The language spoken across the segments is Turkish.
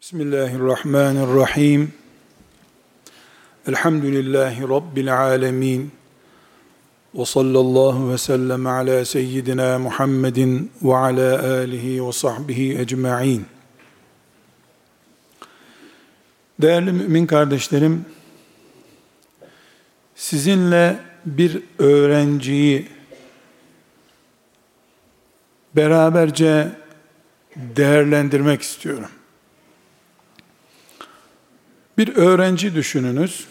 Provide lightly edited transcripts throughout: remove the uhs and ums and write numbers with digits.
Bismillahirrahmanirrahim. Elhamdülillahi Rabbil alemin. Ve sallallahu ve sellem ala seyyidina Muhammedin ve ala alihi ve sahbihi ecma'in. Değerli mümin kardeşlerim, sizinle bir öğrenciyi beraberce değerlendirmek istiyorum. Bir öğrenci düşününüz.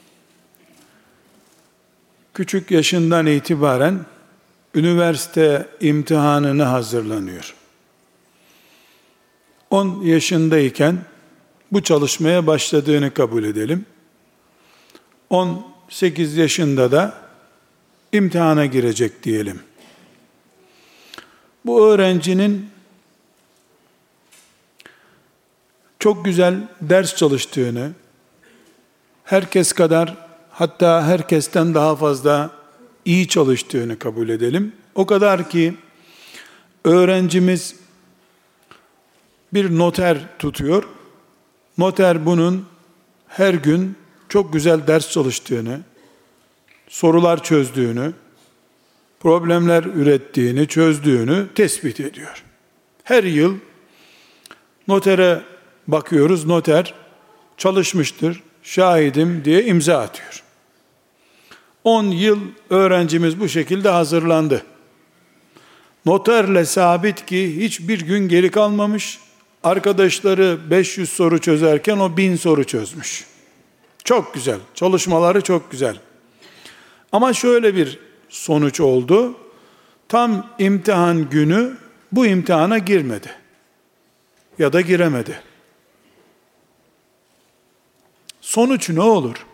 Küçük yaşından itibaren üniversite imtihanına hazırlanıyor. 10 yaşındayken bu çalışmaya başladığını kabul edelim. 18 yaşında da imtihana girecek diyelim. Bu öğrencinin çok güzel ders çalıştığını, herkes kadar, hatta herkesten daha fazla iyi çalıştığını kabul edelim. O kadar ki öğrencimiz bir noter tutuyor. Noter bunun her gün çok güzel ders çalıştığını, sorular çözdüğünü, problemler ürettiğini, çözdüğünü tespit ediyor. Her yıl notere bakıyoruz, noter çalışmıştır, şahidim diye imza atıyor. 10 yıl öğrencimiz bu şekilde hazırlandı. Noterle sabit ki hiçbir gün geri kalmamış. Arkadaşları 500 soru çözerken o 1000 soru çözmüş. Çok güzel, çalışmaları çok güzel. Ama şöyle bir sonuç oldu. Tam imtihan günü bu imtihana girmedi. Ya da giremedi. Sonuç ne olur?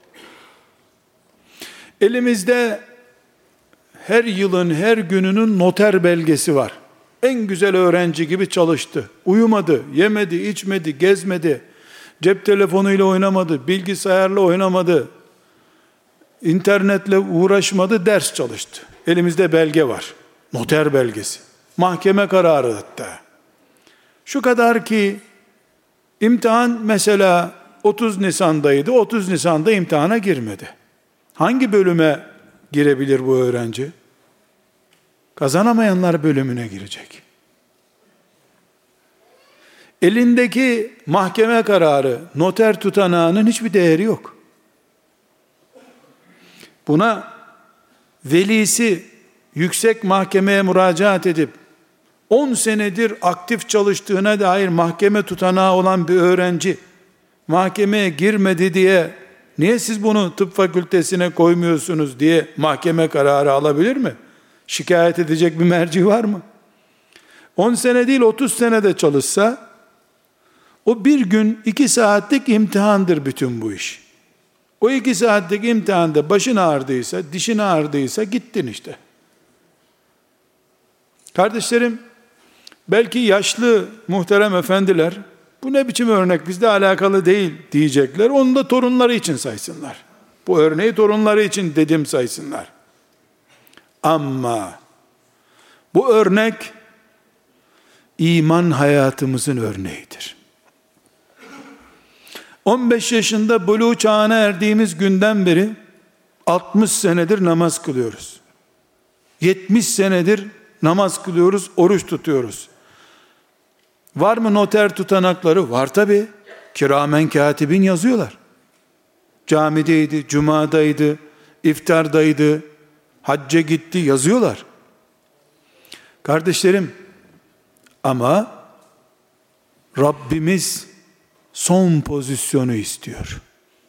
Elimizde her yılın her gününün noter belgesi var. En güzel öğrenci gibi çalıştı. Uyumadı, yemedi, içmedi, gezmedi. Cep telefonuyla oynamadı, bilgisayarla oynamadı. İnternetle uğraşmadı, ders çalıştı. Elimizde belge var. Noter belgesi. Mahkeme kararı hatta. Şu kadar ki imtihan mesela 30 Nisan'daydı. 30 Nisan'da imtihana girmedi. Hangi bölüme girebilir bu öğrenci? Kazanamayanlar bölümüne girecek. Elindeki mahkeme kararı, noter tutanağının hiçbir değeri yok. Buna velisi yüksek mahkemeye müracaat edip 10 senedir aktif çalıştığına dair mahkeme tutanağı olan bir öğrenci mahkemeye girmedi diye niye siz bunu tıp fakültesine koymuyorsunuz diye mahkeme kararı alabilir mi? Şikayet edecek bir merci var mı? 10 sene değil 30 sene de çalışsa o bir gün 2 saatlik imtihandır bütün bu iş. O 2 saatlik imtihanda başın ağrıdıysa, dişin ağrıdıysa gittin işte. Kardeşlerim, belki yaşlı muhterem efendiler, bu ne biçim örnek, bizle alakalı değil diyecekler. Onu da torunları için saysınlar. Bu örneği torunları için dedim saysınlar. Ama bu örnek iman hayatımızın örneğidir. 15 yaşında buluğ çağına erdiğimiz günden beri 60 senedir namaz kılıyoruz. 70 senedir namaz kılıyoruz, oruç tutuyoruz. Var mı noter tutanakları? Var tabi. Kiramen katibin yazıyorlar. Camideydi, cumadaydı, iftardaydı, hacca gitti yazıyorlar. Kardeşlerim, ama Rabbimiz son pozisyonu istiyor.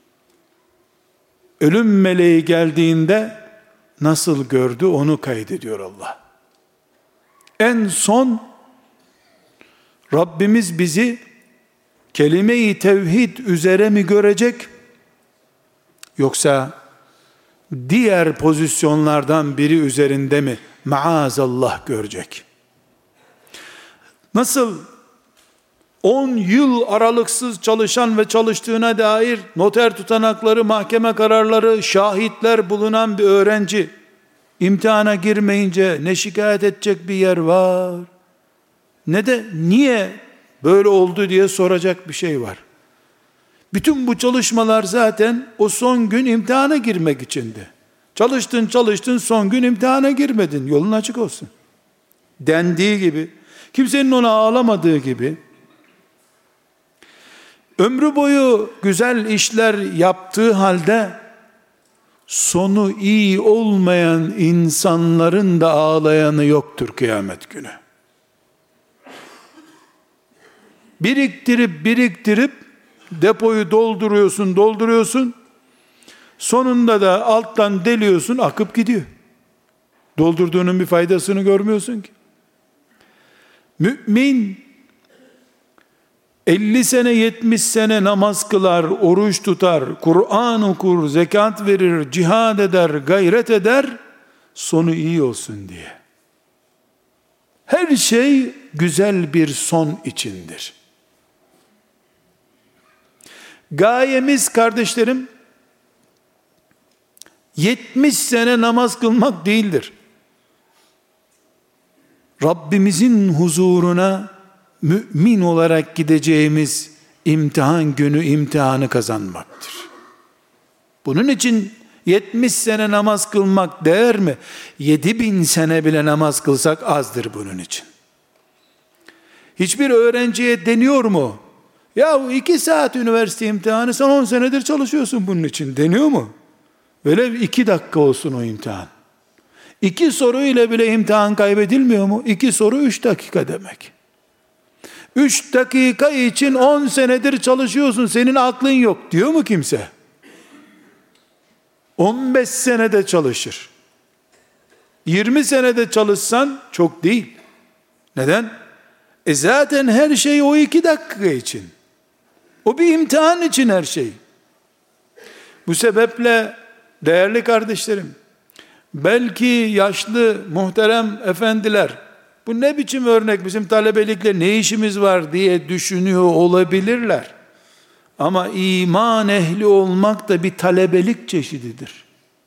Ölüm meleği geldiğinde nasıl gördü onu kaydediyor Allah. En son Rabbimiz bizi kelime-i tevhid üzere mi görecek, yoksa diğer pozisyonlardan biri üzerinde mi maazallah görecek? Nasıl 10 yıl aralıksız çalışan ve çalıştığına dair noter tutanakları, mahkeme kararları, şahitler bulunan bir öğrenci imtihana girmeyince ne şikayet edecek bir yer var, ne de niye böyle oldu diye soracak bir şey var. Bütün bu çalışmalar zaten o son gün imtihana girmek içindi. Çalıştın son gün imtihana girmedin, yolun açık olsun dendiği gibi, kimsenin ona ağlamadığı gibi, ömrü boyu güzel işler yaptığı halde sonu iyi olmayan insanların da ağlayanı yoktur kıyamet günü. Biriktirip depoyu dolduruyorsun, sonunda da alttan deliyorsun, akıp gidiyor. Doldurduğunun bir faydasını görmüyorsun ki. Mümin 50 sene 70 sene namaz kılar, oruç tutar, Kur'an okur, zekat verir, cihad eder, gayret eder, sonu iyi olsun diye. Her şey güzel bir son içindir. Gayemiz kardeşlerim 70 sene namaz kılmak değildir. Rabbimizin huzuruna mümin olarak gideceğimiz imtihan günü imtihanı kazanmaktır. Bunun için 70 sene namaz kılmak değer mi? 7000 sene bile namaz kılsak azdır bunun için. Hiçbir öğrenciye deniyor mu? Ya 2 saat üniversite imtihanı, sen 10 senedir çalışıyorsun bunun için, deniyor mu? Böyle 2 dakika olsun o imtihan. 2 soru ile bile imtihan kaybedilmiyor mu? 2 soru 3 dakika demek. 3 dakika için 10 senedir çalışıyorsun, senin aklın yok diyor mu kimse? 15 senede çalışır. 20 senede çalışsan çok değil. Neden? Zaten her şey o 2 dakika için. O bir imtihan için her şey. Bu sebeple değerli kardeşlerim, belki yaşlı muhterem efendiler, bu ne biçim örnek, bizim talebelikle ne işimiz var diye düşünüyor olabilirler. Ama iman ehli olmak da bir talebelik çeşididir.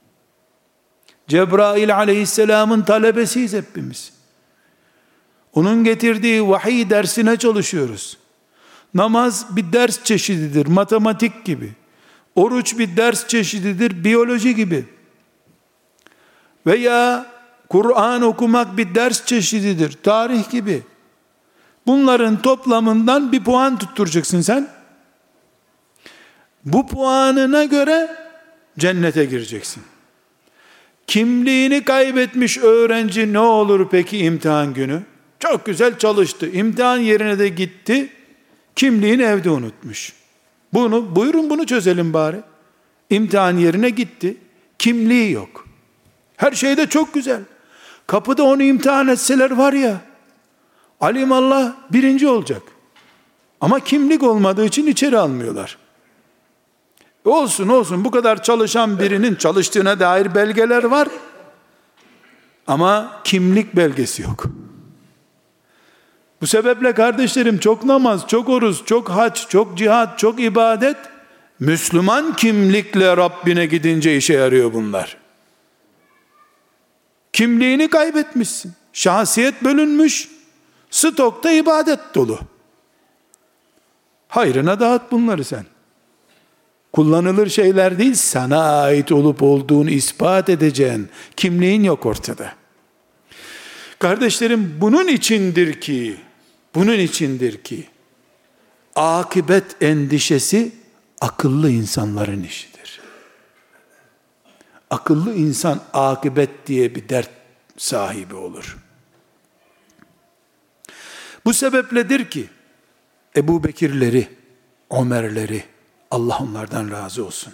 Cebrail aleyhisselamın talebesiyiz hepimiz. Onun getirdiği vahiy dersine çalışıyoruz. Namaz bir ders çeşididir, matematik gibi. Oruç bir ders çeşididir, biyoloji gibi. Veya Kur'an okumak bir ders çeşididir, tarih gibi. Bunların toplamından bir puan tutturacaksın sen. Bu puanına göre cennete gireceksin. Kimliğini kaybetmiş öğrenci ne olur peki imtihan günü? Çok güzel çalıştı, imtihan yerine de gitti, kimliğini evde unutmuş. Buyurun bunu çözelim bari. İmtihan yerine gitti, kimliği yok. Her şey de çok güzel. Kapıda onu imtihan etseler var ya, alimallah birinci olacak. Ama kimlik olmadığı için içeri almıyorlar. Olsun bu kadar çalışan birinin çalıştığına dair belgeler var. Ama kimlik belgesi yok. Bu sebeple kardeşlerim, çok namaz, çok oruç, çok hac, çok cihat, çok ibadet, Müslüman kimlikle Rabbine gidince işe yarıyor bunlar. Kimliğini kaybetmişsin. Şahsiyet bölünmüş. Stokta ibadet dolu. Hayrına dağıt bunları sen. Kullanılır şeyler değil, sana ait olup olduğunu ispat edeceğin kimliğin yok ortada. Kardeşlerim, bunun içindir ki akıbet endişesi akıllı insanların işidir. Akıllı insan akıbet diye bir dert sahibi olur. Bu sebepledir ki Ebu Bekirleri, Ömerleri, Allah onlardan razı olsun,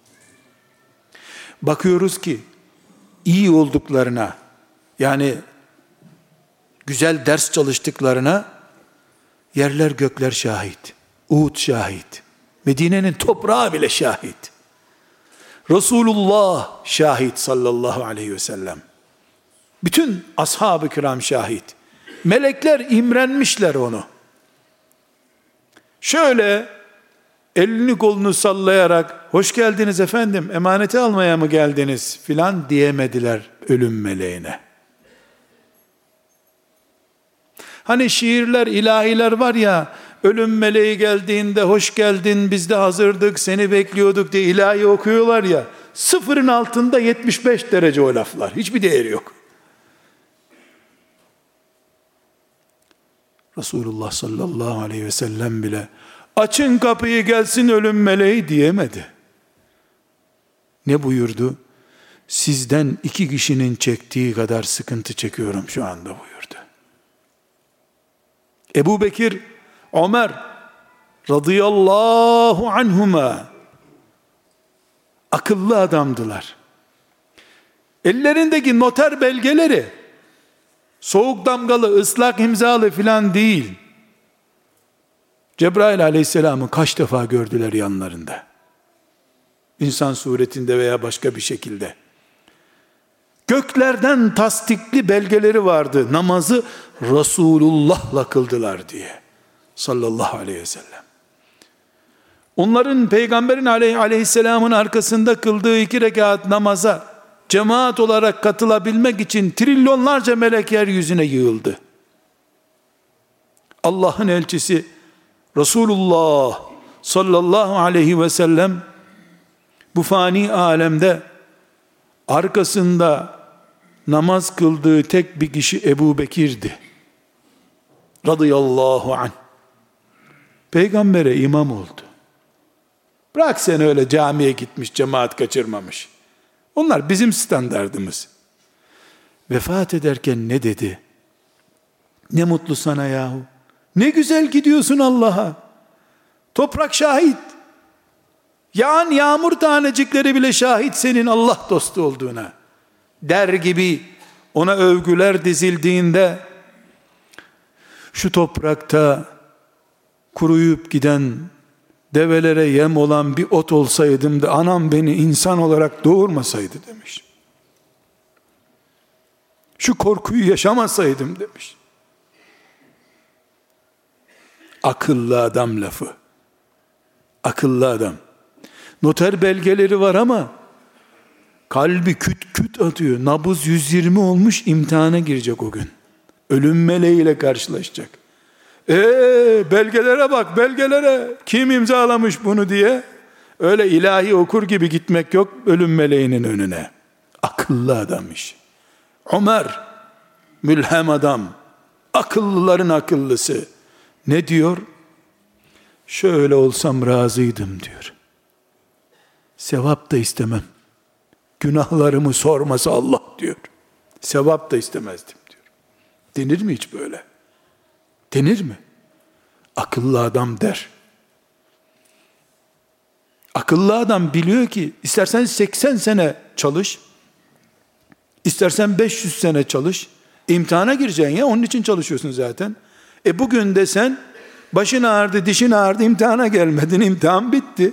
bakıyoruz ki iyi olduklarına, yani güzel ders çalıştıklarına yerler gökler şahit. Uhud şahit. Medine'nin toprağı bile şahit. Resulullah şahit sallallahu aleyhi ve sellem. Bütün ashab-ı kiram şahit. Melekler imrenmişler onu. Şöyle elini kolunu sallayarak, hoş geldiniz efendim, emaneti almaya mı geldiniz filan diyemediler ölüm meleğine. Hani şiirler, ilahiler var ya, ölüm meleği geldiğinde hoş geldin, biz de hazırdık, seni bekliyorduk diye ilahi okuyorlar ya, sıfırın altında 75 derece o laflar. Hiçbir değeri yok. Resulullah sallallahu aleyhi ve sellem bile açın kapıyı gelsin ölüm meleği diyemedi. Ne buyurdu? Sizden 2 kişinin çektiği kadar sıkıntı çekiyorum şu anda buyurdu. Ebu Bekir, Ömer radıyallahu anhuma akıllı adamdılar. Ellerindeki noter belgeleri soğuk damgalı, ıslak imzalı filan değil. Cebrail aleyhisselamı kaç defa gördüler yanlarında? İnsan suretinde veya başka bir şekilde. Göklerden tasdikli belgeleri vardı. Namazı Resulullah'la kıldılar diye. Sallallahu aleyhi ve sellem. Onların peygamberin aleyhisselamın arkasında kıldığı 2 rekat namaza cemaat olarak katılabilmek için trilyonlarca melek yeryüzüne yığıldı. Allah'ın elçisi Resulullah sallallahu aleyhi ve sellem bu fani alemde arkasında namaz kıldığı tek bir kişi Ebu Bekir'di. Radıyallahu anh. Peygambere imam oldu. Bırak sen öyle camiye gitmiş, cemaat kaçırmamış. Onlar bizim standardımız. Vefat ederken ne dedi? Ne mutlu sana yahu. Ne güzel gidiyorsun Allah'a. Toprak şahit. Yağan yağmur tanecikleri bile şahit senin Allah dostu olduğuna. Der gibi ona övgüler dizildiğinde şu toprakta kuruyup giden develere yem olan bir ot olsaydım da anam beni insan olarak doğurmasaydı demiş. Şu korkuyu yaşamasaydım demiş. Akıllı adam lafı. Akıllı adam. Noter belgeleri var ama kalbi küt küt atıyor. Nabız 120 olmuş, imtihana girecek o gün. Ölüm meleğiyle karşılaşacak. Belgelere bak, belgelere. Kim imzalamış bunu diye. Öyle ilahi okur gibi gitmek yok ölüm meleğinin önüne. Akıllı adammış. Ömer, mülhem adam. Akıllıların akıllısı. Ne diyor? Şöyle olsam razıydım diyor. Sevap da istemem. Günahlarımı sormasa Allah diyor. Sevap da istemezdim diyor. Denir mi hiç böyle? Denir mi? Akıllı adam der. Akıllı adam biliyor ki istersen 80 sene çalış, istersen 500 sene çalış, imtihana gireceksin ya, onun için çalışıyorsun zaten. Bugün de sen başın ağrıdı, dişin ağrıdı, imtihana gelmedin, imtihan bitti.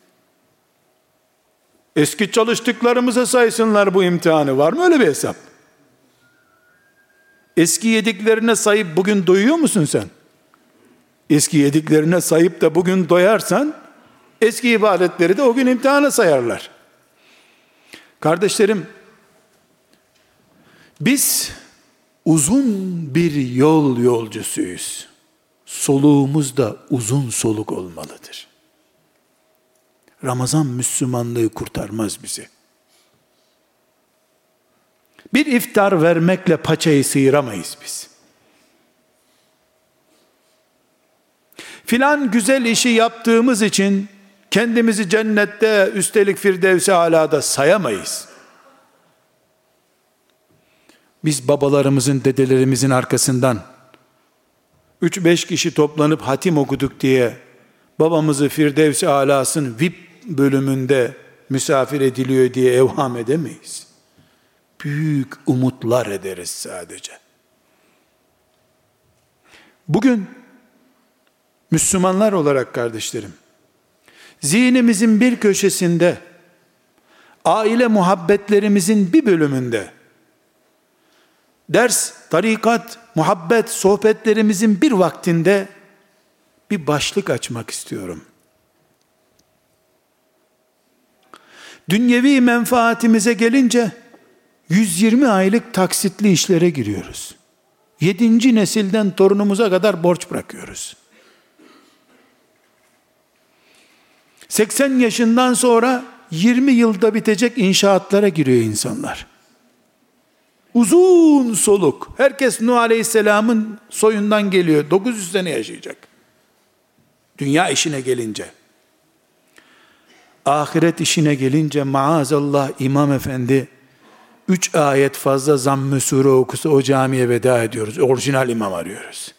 Eski çalıştıklarımıza saysınlar bu imtihanı. Var mı öyle bir hesap? Eski yediklerine sayıp bugün doyuyor musun sen? Eski yediklerine sayıp da bugün doyarsan, eski ibadetleri de o gün imtihana sayarlar. Kardeşlerim, biz uzun bir yol yolcusuyuz. Soluğumuz da uzun soluk olmalıdır. Ramazan Müslümanlığı kurtarmaz bizi. Bir iftar vermekle paçayı sıyıramayız biz. Filan güzel işi yaptığımız için kendimizi cennette, üstelik Firdevs-i Alâ'da sayamayız. Biz babalarımızın, dedelerimizin arkasından 3-5 kişi toplanıp hatim okuduk diye babamızı Firdevs-i Alâ'sın VIP bölümünde misafir ediliyor diye evham edemeyiz. Büyük umutlar ederiz sadece. Bugün Müslümanlar olarak kardeşlerim, zihnimizin bir köşesinde, aile muhabbetlerimizin bir bölümünde, ders, tarikat, muhabbet, sohbetlerimizin bir vaktinde bir başlık açmak istiyorum. Dünyevi menfaatimize gelince 120 aylık taksitli işlere giriyoruz. 7. nesilden torunumuza kadar borç bırakıyoruz. 80 yaşından sonra 20 yılda bitecek inşaatlara giriyor insanlar. Uzun soluk. Herkes Nuh Aleyhisselam'ın soyundan geliyor. 900 sene yaşayacak. Dünya işine gelince. Ahiret işine gelince maazallah İmam Efendi 3 ayet fazla zamm-ı sure okusa o camiye veda ediyoruz. Orijinal imam arıyoruz.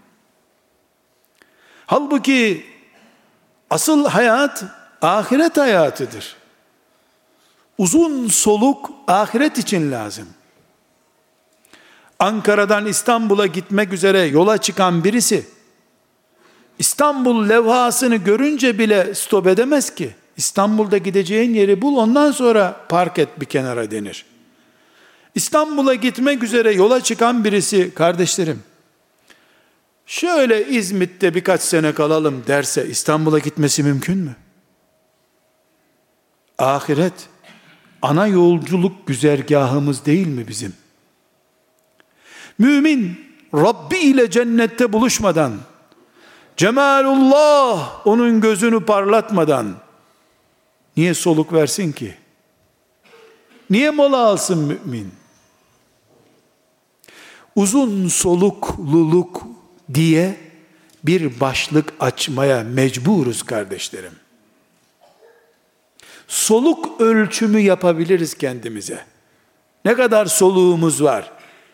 Halbuki asıl hayat ahiret hayatıdır. Uzun soluk ahiret için lazım. Ankara'dan İstanbul'a gitmek üzere yola çıkan birisi İstanbul levhasını görünce bile stop edemez ki. İstanbul'da gideceğin yeri bul, ondan sonra park et bir kenara denir. İstanbul'a gitmek üzere yola çıkan birisi, kardeşlerim, şöyle İzmit'te birkaç sene kalalım derse İstanbul'a gitmesi mümkün mü? Ahiret ana yolculuk güzergahımız değil mi bizim? Mümin Rabbi ile cennette buluşmadan, cemalullah onun gözünü parlatmadan niye soluk versin ki? Niye mola alsın mümin? Uzun solukluluk diye bir başlık açmaya mecburuz kardeşlerim. Soluk ölçümü yapabiliriz kendimize. Ne kadar soluğumuz var?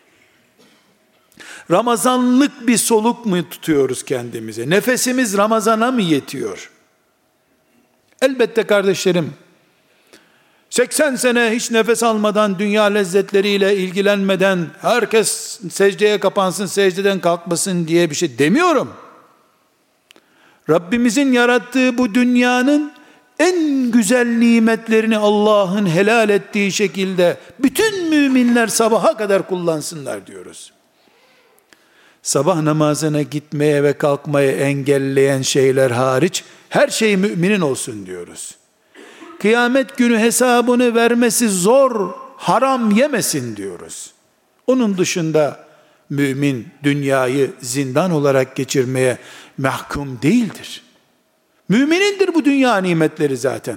Ramazanlık bir soluk mu tutuyoruz kendimize? Nefesimiz Ramazan'a mı yetiyor? Elbette kardeşlerim, 80 sene hiç nefes almadan, dünya lezzetleriyle ilgilenmeden, herkes secdeye kapansın, secdeden kalkmasın diye bir şey demiyorum. Rabbimizin yarattığı bu dünyanın en güzel nimetlerini Allah'ın helal ettiği şekilde bütün müminler sabaha kadar kullansınlar diyoruz. Sabah namazına gitmeye ve kalkmaya engelleyen şeyler hariç her şey müminin olsun diyoruz. Kıyamet günü hesabını vermesi zor, haram yemesin diyoruz. Onun dışında mümin dünyayı zindan olarak geçirmeye mahkum değildir. Müminindir bu dünya nimetleri zaten.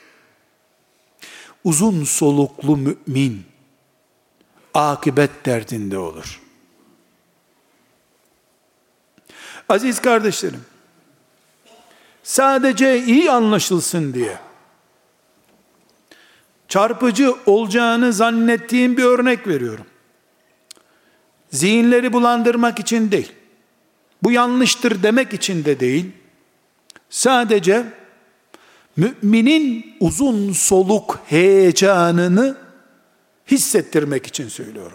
Uzun soluklu mümin akıbet derdinde olur. Aziz kardeşlerim, sadece iyi anlaşılsın diye çarpıcı olacağını zannettiğim bir örnek veriyorum. Zihinleri bulandırmak için değil, bu yanlıştır demek için de değil, sadece müminin uzun soluk heyecanını hissettirmek için söylüyorum.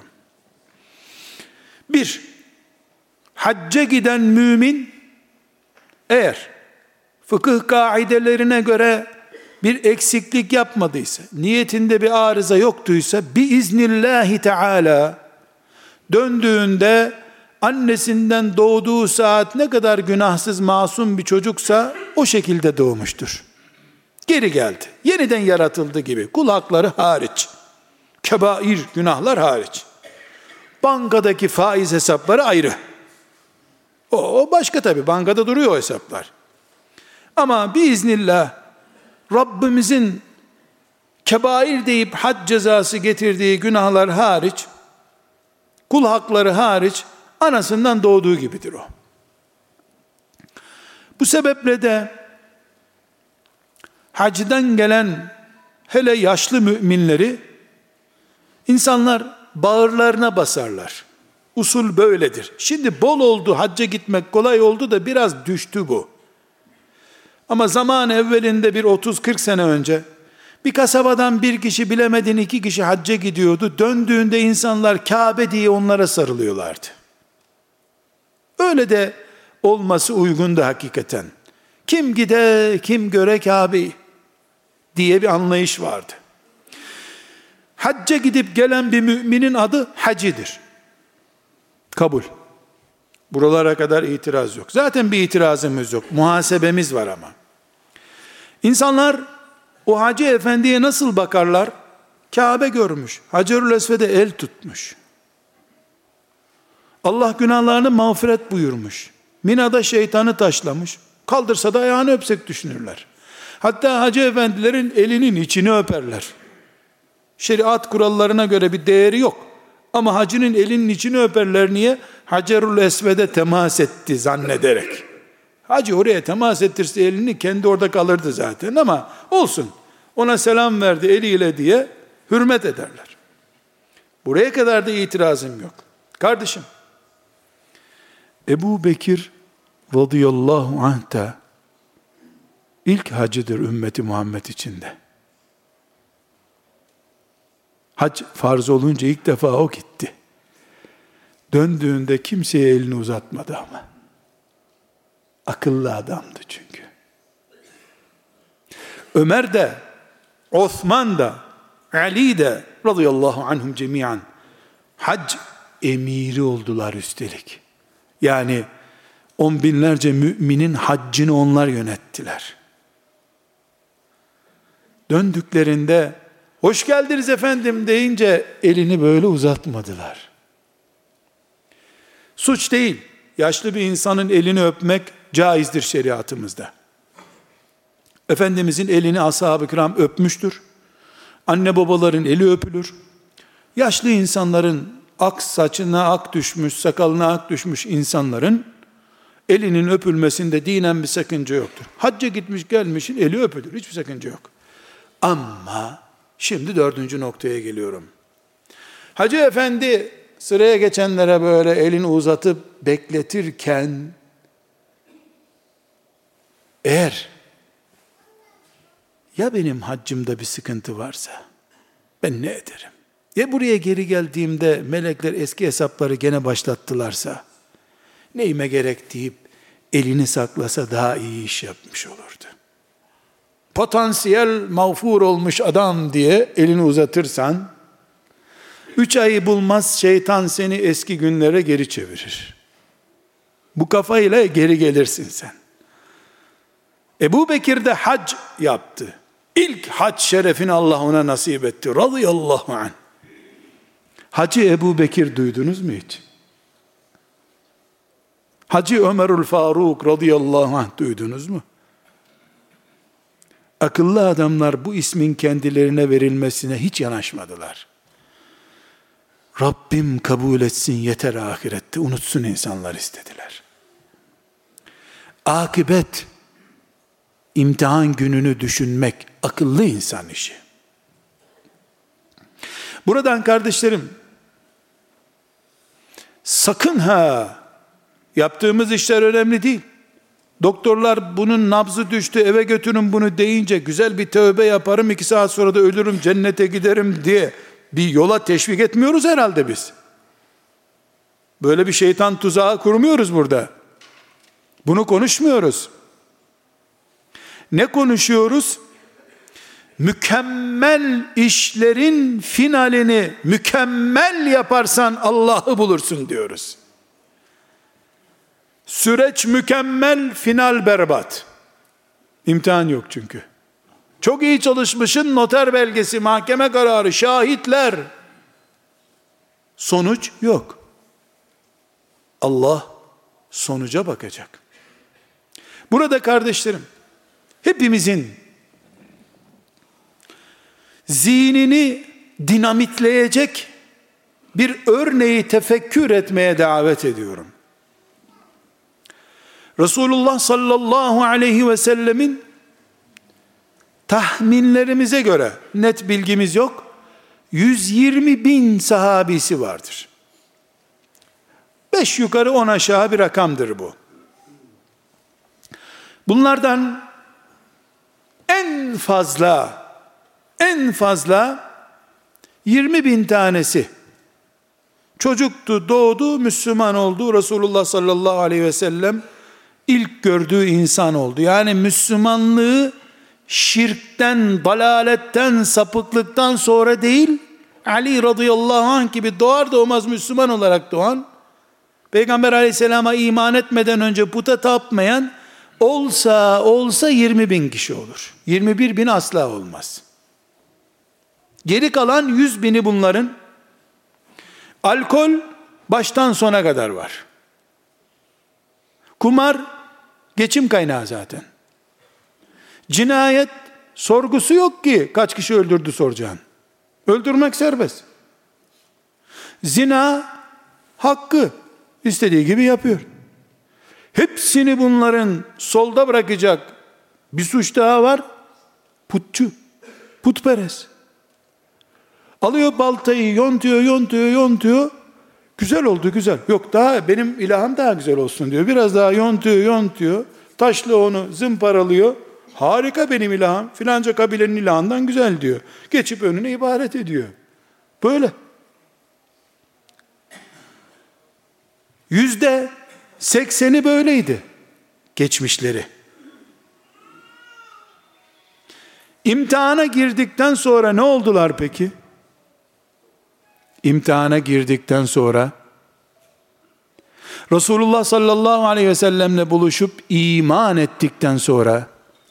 Bir, hacca giden mümin eğer fıkıh kaidelerine göre bir eksiklik yapmadıysa, niyetinde bir arıza yoktuysa, biiznillahi teala döndüğünde annesinden doğduğu saat ne kadar günahsız, masum bir çocuksa o şekilde doğmuştur. Geri geldi. Yeniden yaratıldı gibi. Kul hakları hariç. Kebair günahlar hariç. Bankadaki faiz hesapları ayrı. O başka tabii. Bankada duruyor o hesaplar. Ama biiznillah Rabbimizin kebair deyip had cezası getirdiği günahlar hariç, kul hakları hariç, anasından doğduğu gibidir o. Bu sebeple de hacdan gelen hele yaşlı müminleri insanlar bağırlarına basarlar. Usul böyledir. Şimdi bol oldu, hacca gitmek kolay oldu da biraz düştü bu. Ama zaman evvelinde bir 30-40 sene önce bir kasabadan bir kişi, bilemedin 2 kişi hacca gidiyordu. Döndüğünde insanlar Kabe diye onlara sarılıyorlardı. Öyle de olması uygundu hakikaten. Kim gide, kim göre Kabe'yi diye bir anlayış vardı. Hacca gidip gelen bir müminin adı hacidir. Kabul. Buralara kadar itiraz yok. Zaten bir itirazımız yok. Muhasebemiz var ama. İnsanlar o Hacı Efendi'ye nasıl bakarlar? Kabe görmüş. Hacerül Esved'e el tutmuş. Allah günahlarını mağfiret buyurmuş. Mina'da şeytanı taşlamış. Kaldırsa da ayağını öpsek düşünürler. Hatta hacı efendilerin elinin içini öperler. Şeriat kurallarına göre bir değeri yok. Ama hacının elinin içini öperler. Niye? Hacerul Esved'e temas etti zannederek. Hacı oraya temas ettirse elini kendi orada kalırdı zaten, ama olsun. Ona selam verdi eliyle diye hürmet ederler. Buraya kadar da itirazım yok. Kardeşim, Ebu Bekir radıyallahu anh da ilk hacıdır ümmeti Muhammed içinde. Hac farz olunca ilk defa o gitti. Döndüğünde kimseye elini uzatmadı ama. Akıllı adamdı çünkü. Ömer de, Osman da, Ali de radıyallahu anhum cemiyan hac emiri oldular üstelik. Yani on binlerce müminin haccını onlar yönettiler. Döndüklerinde hoş geldiniz efendim deyince elini böyle uzatmadılar. Suç değil. Yaşlı bir insanın elini öpmek caizdir şeriatımızda. Efendimizin elini ashab-ı kiram öpmüştür. Anne babaların eli öpülür. Yaşlı insanların ak saçına ak düşmüş, sakalına ak düşmüş insanların elinin öpülmesinde dinen bir sakınca yoktur. Hacca gitmiş gelmişin eli öpülür. Hiçbir sakınca yok. Ama şimdi 4. noktaya geliyorum. Hacı efendi sıraya geçenlere böyle elini uzatıp bekletirken, eğer ya benim haccımda bir sıkıntı varsa ben ne ederim? Ya buraya geri geldiğimde melekler eski hesapları gene başlattılarsa neyime gerek deyip elini saklasa daha iyi iş yapmış olurdu. Potansiyel mağfur olmuş adam diye elini uzatırsan 3 ayı bulmaz şeytan seni eski günlere geri çevirir. Bu kafayla geri gelirsin sen. Ebu Bekir de hac yaptı. İlk hac şerefini Allah ona nasip etti. Radıyallahu anh. Hacı Ebu Bekir duydunuz mu hiç? Hacı Ömerül Faruk radıyallahu anh duydunuz mu? Akıllı adamlar bu ismin kendilerine verilmesine hiç yanaşmadılar. Rabbim kabul etsin yeter ahirette, unutsun insanlar istediler. Akıbet, imtihan gününü düşünmek akıllı insan işi. Buradan kardeşlerim, sakın ha, yaptığımız işler önemli değil. Doktorlar bunun nabzı düştü eve götürün bunu deyince güzel bir tövbe yaparım 2 saat sonra da ölürüm cennete giderim diye bir yola teşvik etmiyoruz herhalde biz. Böyle bir şeytan tuzağı kurmuyoruz burada. Bunu konuşmuyoruz. Ne konuşuyoruz? Mükemmel işlerin finalini mükemmel yaparsan Allah'ı bulursun diyoruz. Süreç mükemmel, final berbat. İmtihan yok çünkü. Çok iyi çalışmışın, noter belgesi, mahkeme kararı, şahitler. Sonuç yok. Allah sonuca bakacak. Burada kardeşlerim, hepimizin zihnini dinamitleyecek bir örneği tefekkür etmeye davet ediyorum. Resulullah sallallahu aleyhi ve sellemin tahminlerimize göre, net bilgimiz yok, 120 bin sahabisi vardır. 5 yukarı 10 aşağı bir rakamdır bu. Bunlardan en fazla 20 bin tanesi çocuktu, doğdu, Müslüman oldu. Resulullah sallallahu aleyhi ve sellem ilk gördüğü insan oldu. Yani Müslümanlığı şirkten, dalaletten, sapıklıktan sonra değil, Ali radıyallahu anh gibi doğar doğmaz Müslüman olarak doğan, Peygamber aleyhisselama iman etmeden önce puta tapmayan, olsa 20 bin kişi olur. 21 bin asla olmaz. Geri kalan 100 bini bunların, alkol baştan sona kadar var. Kumar geçim kaynağı zaten. Cinayet sorgusu yok ki kaç kişi öldürdü soracaksın. Öldürmek serbest. Zina hakkı, istediği gibi yapıyor. Hepsini bunların solda bırakacak bir suç daha var. Putçu, putperest. Alıyor baltayı, yontuyor. Güzel oldu, güzel. Yok, daha benim ilahım daha güzel olsun diyor. Biraz daha yontuyor. Taşla onu zımparalıyor. Harika benim ilahım. Filanca kabilenin ilahından güzel diyor. Geçip önüne ibadet ediyor. Böyle. %80'i böyleydi geçmişleri. İmtihana girdikten sonra ne oldular peki? İmtihana girdikten sonra Resulullah sallallahu aleyhi ve sellemle buluşup iman ettikten sonra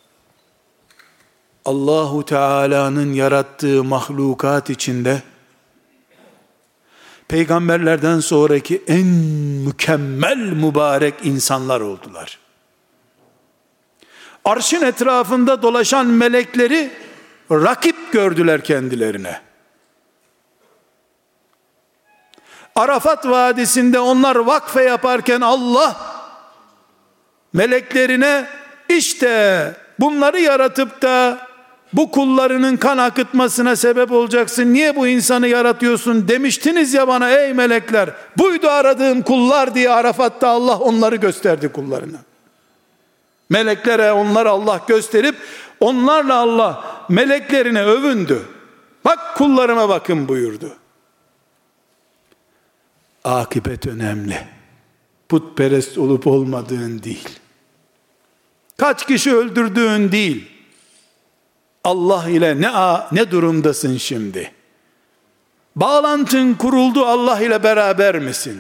Allahu Teala'nın yarattığı mahlukat içinde peygamberlerden sonraki en mükemmel mübarek insanlar oldular. Arşın etrafında dolaşan melekleri rakip gördüler kendilerine. Arafat Vadisi'nde onlar vakfe yaparken Allah meleklerine işte bunları yaratıp da bu kullarının kan akıtmasına sebep olacaksın, niye bu insanı yaratıyorsun demiştiniz ya bana ey melekler, buydu aradığım kullar diye Arafat'ta Allah onları gösterdi kullarına. Meleklere onlar Allah gösterip onlarla Allah meleklerine övündü. Bak kullarıma bakın buyurdu. Akıbet önemli. Putperest olup olmadığın değil. Kaç kişi öldürdüğün değil. Allah ile ne durumdasın şimdi? Bağlantın kuruldu, Allah ile beraber misin?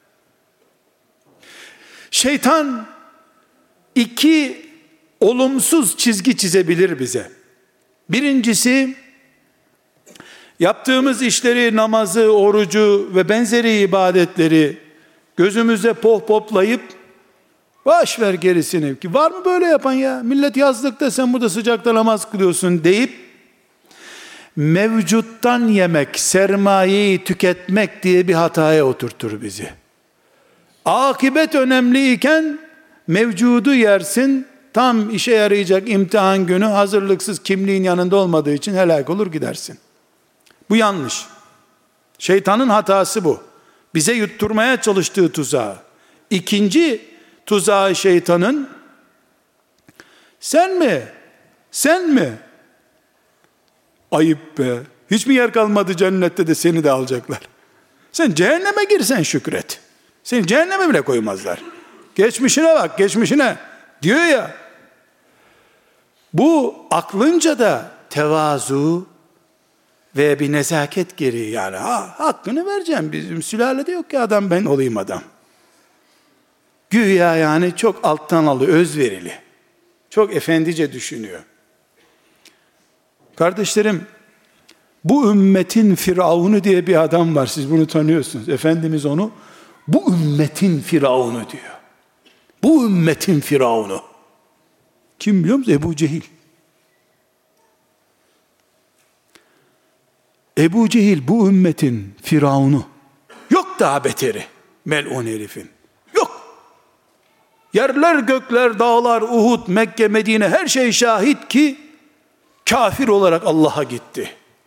Şeytan iki olumsuz çizgi çizebilir bize. Birincisi, yaptığımız işleri, namazı, orucu ve benzeri ibadetleri gözümüze pohpoplayıp boş ver gerisini, ki var mı böyle yapan ya, millet yazlıkta sen burada sıcakta namaz kılıyorsun deyip mevcuttan yemek, sermayeyi tüketmek diye bir hataya oturtur bizi. Akıbet önemliyken mevcudu yersin, tam işe yarayacak imtihan günü hazırlıksız, kimliğin yanında olmadığı için helak olur gidersin. Bu yanlış. Şeytanın hatası bu. Bize yutturmaya çalıştığı tuzağı. İkinci tuzağı şeytanın, sen mi? Ayıp be. Hiç mi yer kalmadı cennette de seni de alacaklar? Sen cehenneme girsen şükret. Seni cehenneme bile koymazlar. Geçmişine bak, geçmişine diyor ya. Bu aklınca da tevazu ve bir nezaket gereği, yani hakkını vereceğim, bizim sülalede yok ki adam, ben olayım adam. Güya yani çok alttan alıyor, özverili. Çok efendice düşünüyor. Kardeşlerim, bu ümmetin Firavunu diye bir adam var, siz bunu tanıyorsunuz. Efendimiz onu bu ümmetin Firavunu diyor. Bu ümmetin Firavunu. Kim biliyor musunuz? Ebu Cehil. Ebu Cehil bu ümmetin Firavunu. Yok daha beteri melun herifin. Yok. Yerler gökler, dağlar, Uhud, Mekke, Medine her şey şahit ki kafir olarak Allah'a gitti.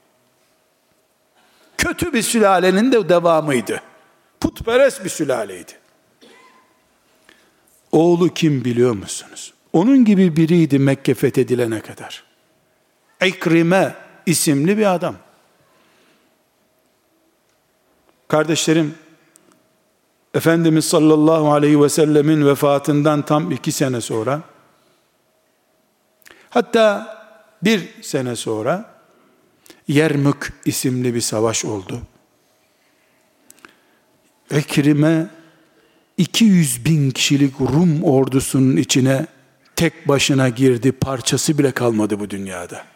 Kötü bir sülalenin de devamıydı. Putperest bir sülaleydi. Oğlu kim biliyor musunuz? Onun gibi biriydi Mekke fethedilene kadar. İkrime isimli bir adam. Kardeşlerim, Efendimiz sallallahu aleyhi ve sellemin vefatından tam 2 sene sonra, hatta 1 sene sonra Yermük isimli bir savaş oldu. İkrime 200.000 kişilik Rum ordusunun içine tek başına girdi, parçası bile kalmadı bu dünyada.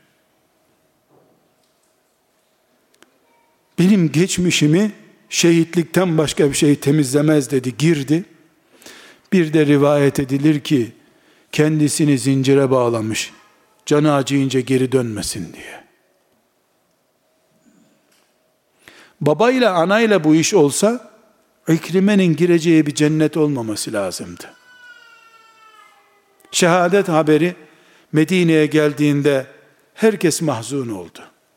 Benim geçmişimi şehitlikten başka bir şey temizlemez dedi, girdi. Bir de rivayet edilir ki kendisini zincire bağlamış, canı acıyınca geri dönmesin diye. Babayla anayla bu iş olsa İkrime'nin gireceği bir cennet olmaması lazımdı. Şehadet haberi Medine'ye geldiğinde herkes mahzun oldu.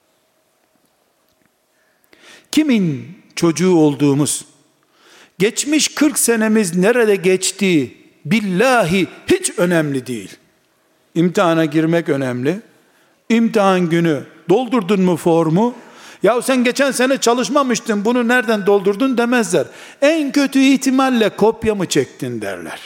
Kimin çocuğu olduğumuz, geçmiş 40 senemiz nerede geçtiği billahi hiç önemli değil. İmtihana girmek önemli. İmtihan günü doldurdun mu formu? Ya sen geçen sene çalışmamıştın, bunu nereden doldurdun demezler. En kötü ihtimalle kopya mı çektin derler.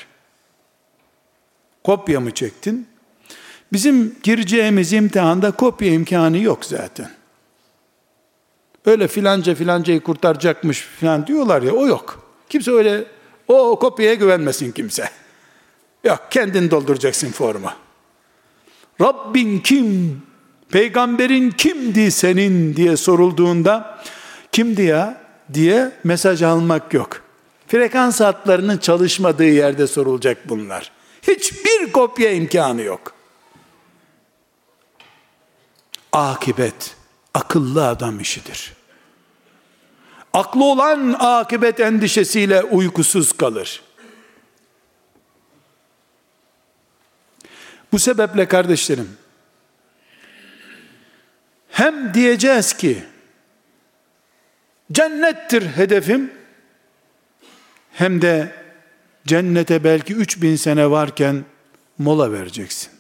Kopya mı çektin? Bizim gireceğimiz imtihanda kopya imkanı yok zaten. Öyle filancayı kurtaracakmış filan diyorlar ya, o yok. Kimse öyle, o kopyaya güvenmesin kimse. Yok, kendin dolduracaksın formu. Rabbin kim? Peygamberin kimdi senin diye sorulduğunda, kimdi ya diye mesaj almak yok. Frekans hatlarının çalışmadığı yerde sorulacak bunlar. Hiçbir kopya imkanı yok. Akibet akıllı adam işidir. Aklı olan akibet endişesiyle uykusuz kalır. Bu sebeple kardeşlerim, hem diyeceğiz ki cennettir hedefim, hem de cennete belki 3000 sene varken mola vereceksin.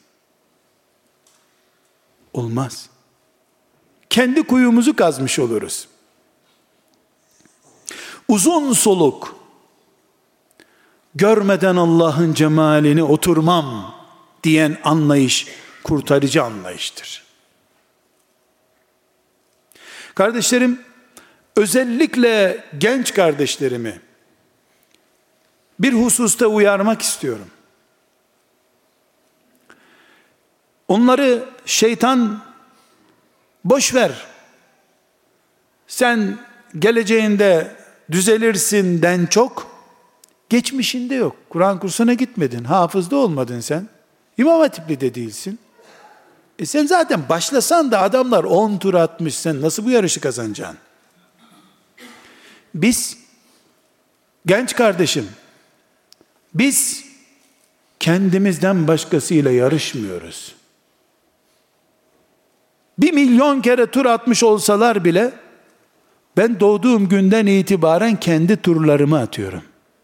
Olmaz. Kendi kuyumuzu kazmış oluruz. Uzun soluk, görmeden Allah'ın cemalini oturmam diyen anlayış kurtarıcı anlayıştır. Kardeşlerim, özellikle genç kardeşlerimi bir hususta uyarmak istiyorum. Onları şeytan boş ver, sen geleceğinde düzelirsinden çok, geçmişinde yok. Kur'an kursuna gitmedin, hafızda olmadın sen, İmam Hatipli de değilsin. Sen zaten başlasan da adamlar 10 tur atmış, sen nasıl bu yarışı kazanacaksın? Biz, genç kardeşim, biz kendimizden başkasıyla yarışmıyoruz. 1 milyon kere tur atmış olsalar bile, ben doğduğum günden itibaren kendi turlarımı atıyorum.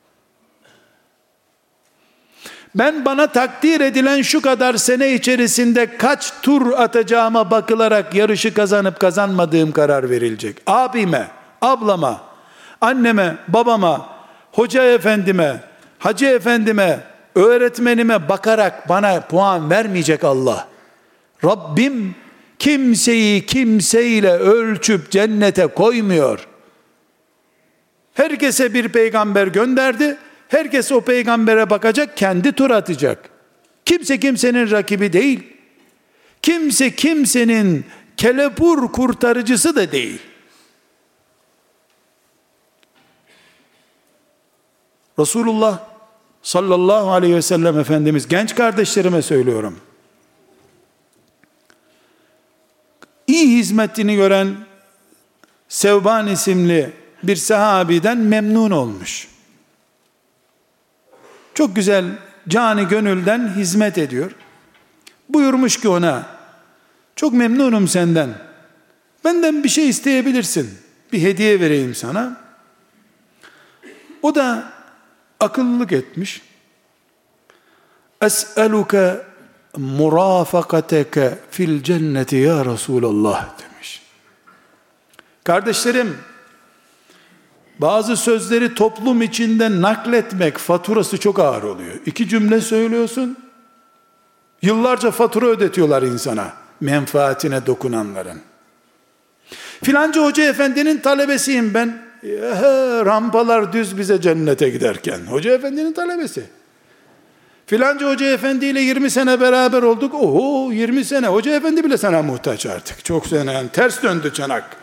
Ben bana takdir edilen şu kadar sene içerisinde kaç tur atacağıma bakılarak yarışı kazanıp kazanmadığım karar verilecek. Abime, ablama, anneme, babama, hoca efendime, hacı efendime, öğretmenime bakarak bana puan vermeyecek Allah. Rabbim kimseyi kimseyle ölçüp cennete koymuyor. Herkese bir peygamber gönderdi. Herkes o peygambere bakacak, kendi tur atacak. Kimse kimsenin rakibi değil. Kimse kimsenin kelepur kurtarıcısı da değil. Resulullah sallallahu aleyhi ve sellem Efendimiz, genç kardeşlerime söylüyorum, İyi hizmetini gören Sevban isimli bir sahabiden memnun olmuş. Çok güzel, canı gönülden hizmet ediyor. Buyurmuş ki ona, çok memnunum senden. Benden bir şey isteyebilirsin. Bir hediye vereyim sana. O da akıllılık etmiş. Es'eluke murafakateke fil cenneti ya Resulallah demiş. Kardeşlerim, bazı sözleri toplum içinde nakletmek faturası çok ağır oluyor. 2 cümle söylüyorsun, yıllarca fatura ödetiyorlar insana, menfaatine dokunanların. Filanca hoca efendinin talebesiyim ben. Rampalar düz bize cennete giderken. Hoca efendinin talebesi. Filanca hoca efendiyle 20 sene beraber olduk. Oho, 20 sene hoca efendi bile sana muhtaç artık. Çok sene, yani ters döndü çanak.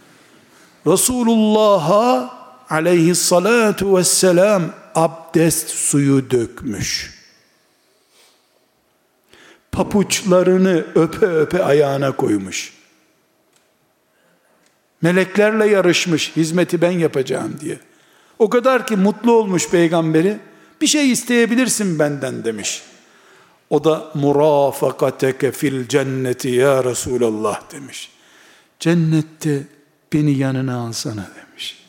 Resulullah'a aleyhissalatu vesselam abdest suyu dökmüş. papuçlarını öpe öpe ayağına koymuş. Meleklerle yarışmış, hizmeti ben yapacağım diye. O kadar ki mutlu olmuş peygamberi, bir şey isteyebilirsin benden demiş. O da murafakateke fil cenneti ya Resulallah demiş. Cennette beni yanına alsana demiş.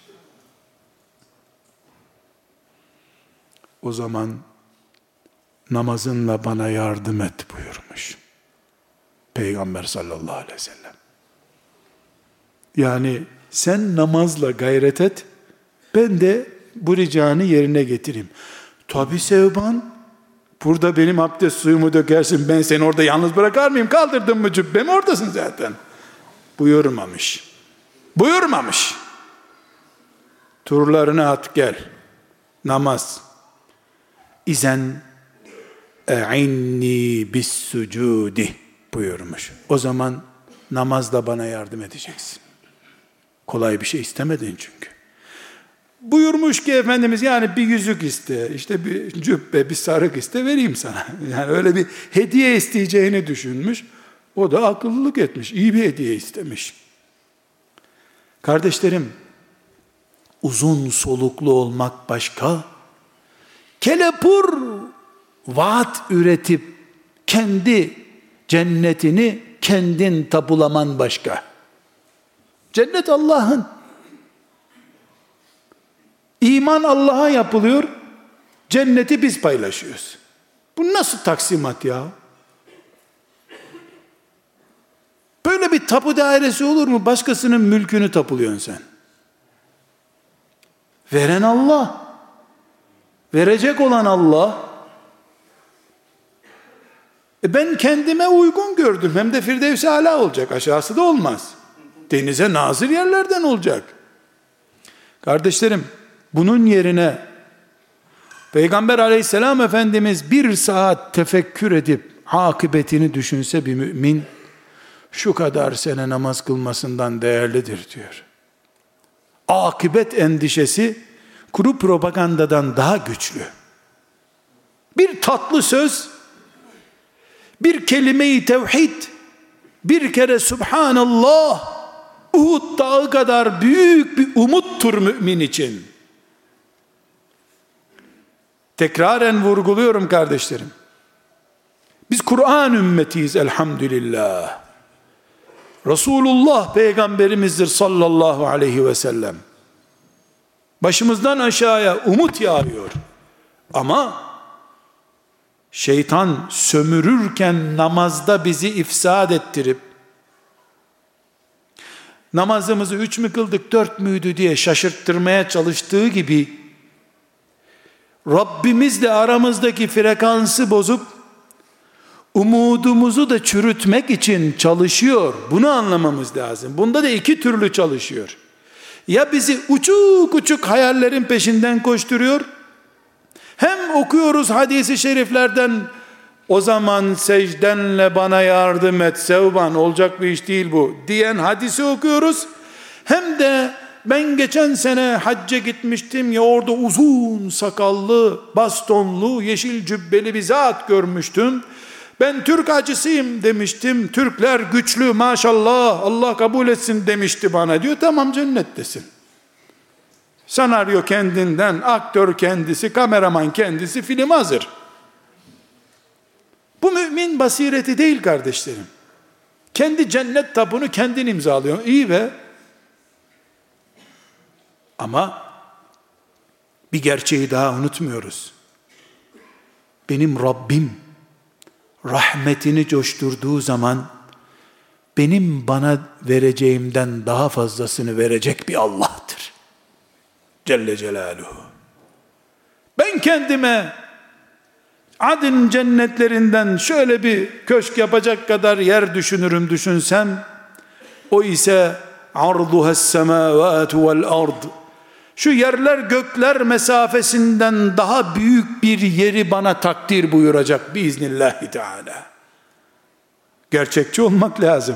O zaman namazınla bana yardım et buyurmuş Peygamber sallallahu aleyhi ve sellem. Yani sen namazla gayret et, ben de bu ricanı yerine getireyim. Tabi Sevban, burada benim abdest suyumu dökersin, ben seni orada yalnız bırakar mıyım? Kaldırdın mı cübbemi, oradasın zaten. Buyurmamış. Buyurmamış. Turlarını at gel. Namaz. İzen e'inni bis sucudi buyurmuş. O zaman namazla bana yardım edeceksin. Kolay bir şey istemedin çünkü. Buyurmuş ki Efendimiz, yani bir yüzük iste, işte bir cübbe, bir sarık iste, vereyim sana. Yani öyle bir hediye isteyeceğini düşünmüş. O da akıllılık etmiş. İyi bir hediye istemiş. Kardeşlerim, uzun soluklu olmak başka, kelepur vaat üretip kendi cennetini kendin tapulaman başka. Cennet Allah'ın. İman Allah'a yapılıyor, cenneti biz paylaşıyoruz. Bu nasıl taksimat ya? Böyle bir tapu dairesi olur mu? Başkasının mülkünü tapuluyorsun sen. Veren Allah. Verecek olan Allah. Ben kendime uygun gördüm. Hem de Firdevs-i Ala olacak. Aşağısı da olmaz. Denize nazır yerlerden olacak. Kardeşlerim, bunun yerine Peygamber aleyhisselam Efendimiz bir saat tefekkür edip akıbetini düşünse bir mümin, şu kadar sene namaz kılmasından değerlidir diyor. Akıbet endişesi kuru propagandadan daha güçlü. Bir tatlı söz, bir kelime-i tevhid, bir kere Subhanallah, Uhud dağı kadar büyük bir umuttur mümin için. Tekraren vurguluyorum kardeşlerim. Biz Kur'an ümmetiyiz elhamdülillah. Resulullah peygamberimizdir sallallahu aleyhi ve sellem. Başımızdan aşağıya umut yağıyor. Ama şeytan sömürürken namazda bizi ifsad ettirip, namazımızı 3 mü kıldık 4 müydü diye şaşırttırmaya çalıştığı gibi, Rabbimizle aramızdaki frekansı bozup, umudumuzu da çürütmek için çalışıyor. Bunu anlamamız lazım. Bunda da iki türlü çalışıyor. Ya bizi uçuk uçuk hayallerin peşinden koşturuyor, hem okuyoruz hadisi şeriflerden, o zaman secdenle bana yardım et Sevban, olacak bir iş değil bu diyen hadisi okuyoruz, hem de ben geçen sene hacca gitmiştim ya, orada uzun sakallı, bastonlu, yeşil cübbeli bir zat görmüştüm. Ben Türk hacısıyım demiştim. Türkler güçlü maşallah, Allah kabul etsin demişti bana diyor. Tamam, cennettesin. Senaryo kendinden, aktör kendisi, kameraman kendisi, film hazır. Bu mümin basireti değil kardeşlerim. Kendi cennet tabunu kendin imzalıyor. İyi be. Ama bir gerçeği daha unutmuyoruz. Benim Rabbim rahmetini coşturduğu zaman benim bana vereceğimden daha fazlasını verecek bir Allah'tır. Celle Celaluhu. Ben kendime Adın cennetlerinden şöyle bir köşk yapacak kadar yer düşünsem, o ise arduhas semavatu vel ard, şu yerler gökler mesafesinden daha büyük bir yeri bana takdir buyuracak biiznillahü teala. Gerçekçi olmak lazım.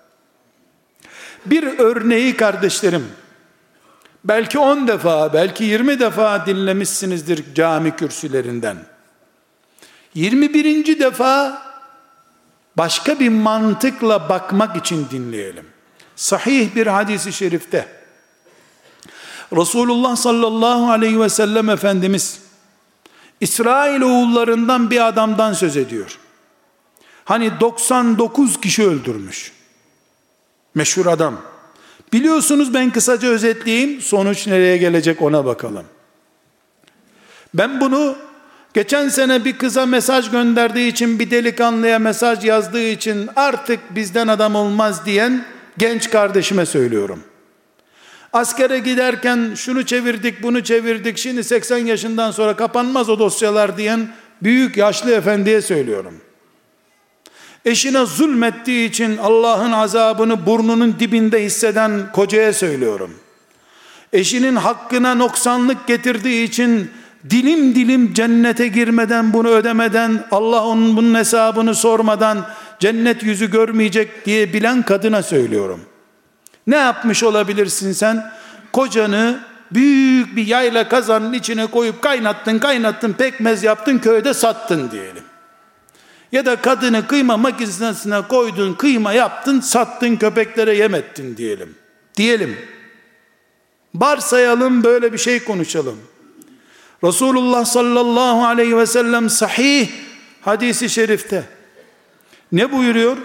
Bir örneği kardeşlerim, belki 10 defa, belki 20 defa dinlemişsinizdir cami kürsülerinden. 21. defa başka bir mantıkla bakmak için dinleyelim. Sahih bir hadis-i şerifte Resulullah sallallahu aleyhi ve sellem Efendimiz İsrail oğullarından bir adamdan söz ediyor. Hani 99 kişi öldürmüş. Meşhur adam. Biliyorsunuz, ben kısaca özetleyeyim. Sonuç nereye gelecek ona bakalım. Ben bunu geçen sene bir kıza mesaj gönderdiği için, bir delikanlıya mesaj yazdığı için artık bizden adam olmaz diyen genç kardeşime söylüyorum. Askere giderken şunu çevirdik, bunu çevirdik, şimdi 80 yaşından sonra kapanmaz o dosyalar diyen büyük yaşlı efendiye söylüyorum. Eşine zulmettiği için Allah'ın azabını burnunun dibinde hisseden kocaya söylüyorum. Eşinin hakkına noksanlık getirdiği için dilim dilim cennete girmeden, bunu ödemeden, Allah onun bunun hesabını sormadan cennet yüzü görmeyecek diye bilen kadına söylüyorum. Ne yapmış olabilirsin sen? Kocanı büyük bir yayla kazanın içine koyup kaynattın, pekmez yaptın, köyde sattın diyelim. Ya da kadını kıyma makinesine koydun, kıyma yaptın, sattın, köpeklere yem ettin diyelim. Varsayalım, böyle bir şey konuşalım. Resulullah sallallahu aleyhi ve sellem sahih hadisi şerifte ne buyuruyor?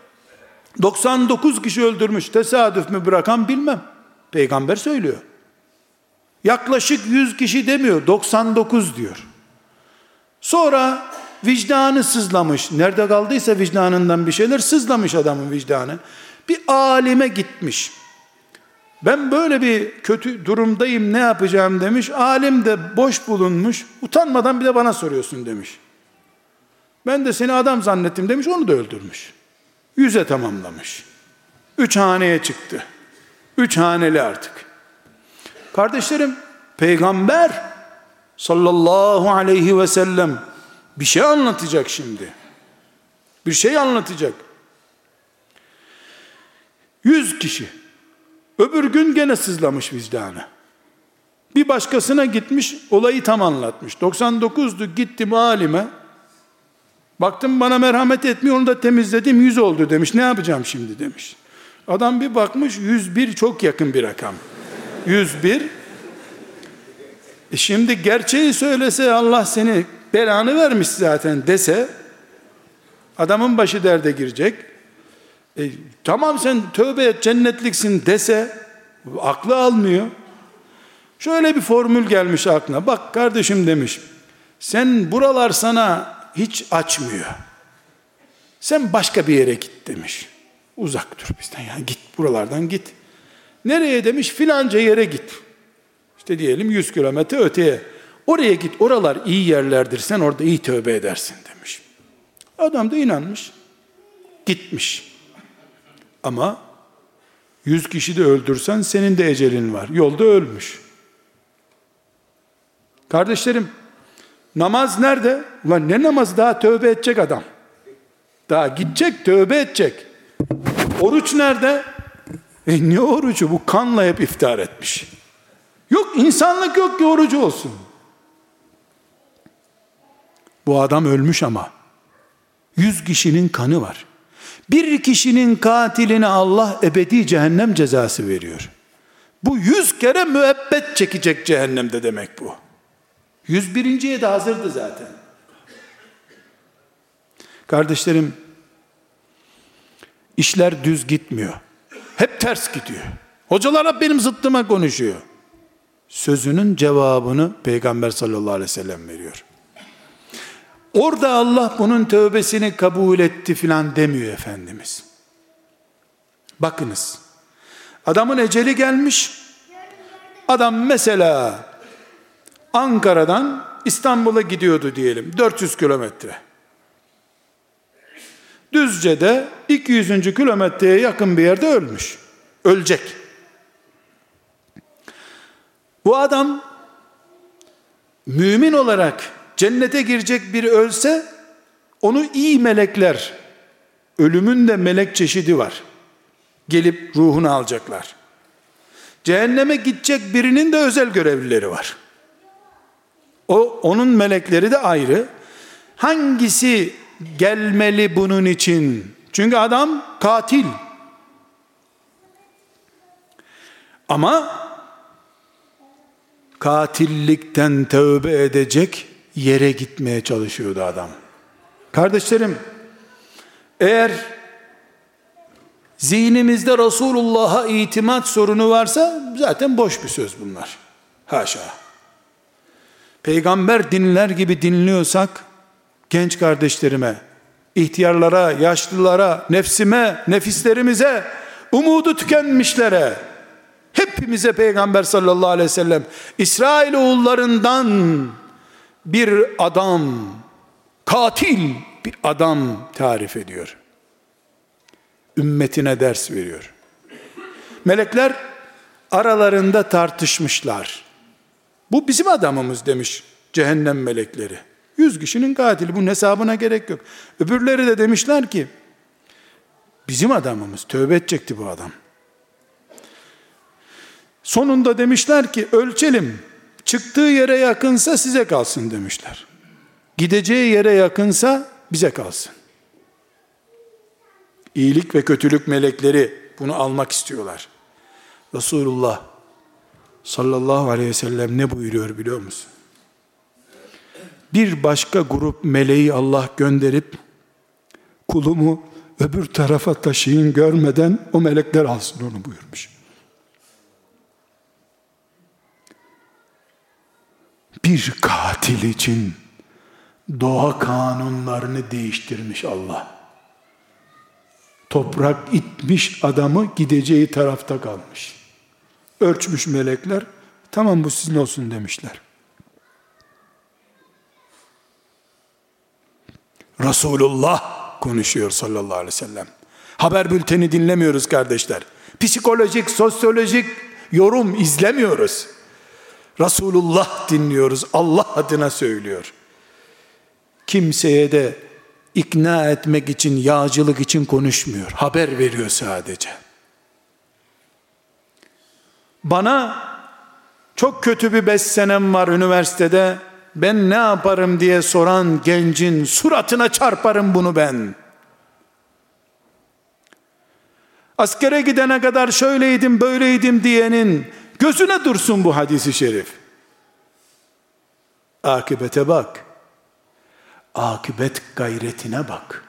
99 kişi öldürmüş. Tesadüf mü bir rakam bilmem. Peygamber söylüyor. Yaklaşık 100 kişi demiyor, 99 diyor. Sonra vicdanı sızlamış. Nerede kaldıysa vicdanından bir şeyler sızlamış adamın vicdanı. Bir alime gitmiş. Ben böyle bir kötü durumdayım, ne yapacağım demiş. Alim de boş bulunmuş. Utanmadan bir de bana soruyorsun demiş. Ben de seni adam zannettim demiş, onu da öldürmüş. 100'e tamamlamış. 3 haneye çıktı. 3 haneli artık. Kardeşlerim, Peygamber sallallahu aleyhi ve sellem bir şey anlatacak şimdi. Bir şey anlatacak. 100 kişi. Öbür gün gene sızlamış vicdanı. Bir başkasına gitmiş, olayı tam anlatmış. 99'du, gittim alime. Baktım bana merhamet etmiyor, onu da temizledim, 100 oldu demiş. Ne yapacağım şimdi demiş. Adam bir bakmış, 101 çok yakın bir rakam. 101. Şimdi gerçeği söylese, Allah seni belanı vermiş zaten dese, adamın başı derde girecek. Tamam sen tövbe et, cennetliksin dese, aklı almıyor. Şöyle bir formül gelmiş aklına. Bak kardeşim demiş, sen buralar sana hiç açmıyor. Sen başka bir yere git demiş. Uzak dur bizden, yani git buralardan git. Nereye demiş? Filanca yere git. İşte diyelim 100 kilometre öteye. Oraya git, oralar iyi yerlerdir, sen orada iyi tövbe edersin demiş. Adam da inanmış. Gitmiş. Ama 100 kişi de öldürsen senin de ecelin var. Yolda ölmüş. Kardeşlerim, namaz nerede? Ulan ne namaz, daha tövbe edecek adam. Daha gidecek, tövbe edecek. Oruç nerede? Ne orucu? Bu kanla hep iftar etmiş. Yok, insanlık yok ki orucu olsun. Bu adam ölmüş ama 100 kişinin kanı var. Bir kişinin katiline Allah ebedi cehennem cezası veriyor. Bu 100 kere müebbet çekecek cehennemde demek bu. 101.'ye de hazırdı zaten. Kardeşlerim, işler düz gitmiyor. Hep ters gidiyor. Hocalar hep benim zıttıma konuşuyor. Sözünün cevabını Peygamber sallallahu aleyhi ve sellem veriyor. Orada Allah bunun tövbesini kabul etti filan demiyor Efendimiz. Bakınız, adamın eceli gelmiş. Adam mesela Ankara'dan İstanbul'a gidiyordu diyelim, 400 kilometre. Düzce'de 200. kilometreye yakın bir yerde ölmüş. Ölecek. Bu adam mümin olarak cennete girecek biri ölse, onu iyi melekler, ölümün de melek çeşidi var, gelip ruhunu alacaklar. Cehenneme gidecek birinin de özel görevlileri var. Onun melekleri de ayrı. Hangisi gelmeli bunun için. Çünkü adam katil. Ama katillikten tövbe edecek yere gitmeye çalışıyordu adam. Kardeşlerim, eğer zihnimizde Resulullah'a itimat sorunu varsa zaten boş bir söz bunlar. Haşa. Peygamber dinler gibi dinliyorsak, genç kardeşlerime, ihtiyarlara, yaşlılara, nefsime, nefislerimize, umudu tükenmişlere, hepimize Peygamber sallallahu aleyhi ve sellem İsrail oğullarından bir adam, katil bir adam tarif ediyor. Ümmetine ders veriyor. Melekler aralarında tartışmışlar. Bu bizim adamımız demiş cehennem melekleri. 100 kişinin katili, bunun hesabına gerek yok. Öbürleri de demişler ki bizim adamımız, tövbe edecekti bu adam. Sonunda demişler ki ölçelim, çıktığı yere yakınsa size kalsın demişler. Gideceği yere yakınsa bize kalsın. İyilik ve kötülük melekleri bunu almak istiyorlar. Resulullah sallallahu aleyhi ve sellem ne buyuruyor biliyor musun? Bir başka grup meleği Allah gönderip kulumu öbür tarafa taşıyın görmeden o melekler alsın onu buyurmuş. Bir katil için doğa kanunlarını değiştirmiş Allah. Toprak itmiş adamı, gideceği tarafta kalmış. Ölçmüş melekler, tamam bu sizin olsun demişler. Resulullah konuşuyor sallallahu aleyhi ve sellem. Haber bülteni dinlemiyoruz kardeşler. Psikolojik, sosyolojik yorum izlemiyoruz. Resulullah dinliyoruz. Allah adına söylüyor. Kimseye de ikna etmek için, yağcılık için konuşmuyor. Haber veriyor sadece. Bana çok kötü bir 5 senem var üniversitede, ben ne yaparım diye soran gencin suratına çarparım bunu ben. Askere gidene kadar şöyleydim böyleydim diyenin gözüne dursun bu hadisi şerif. Akıbete bak. Akıbet gayretine bak.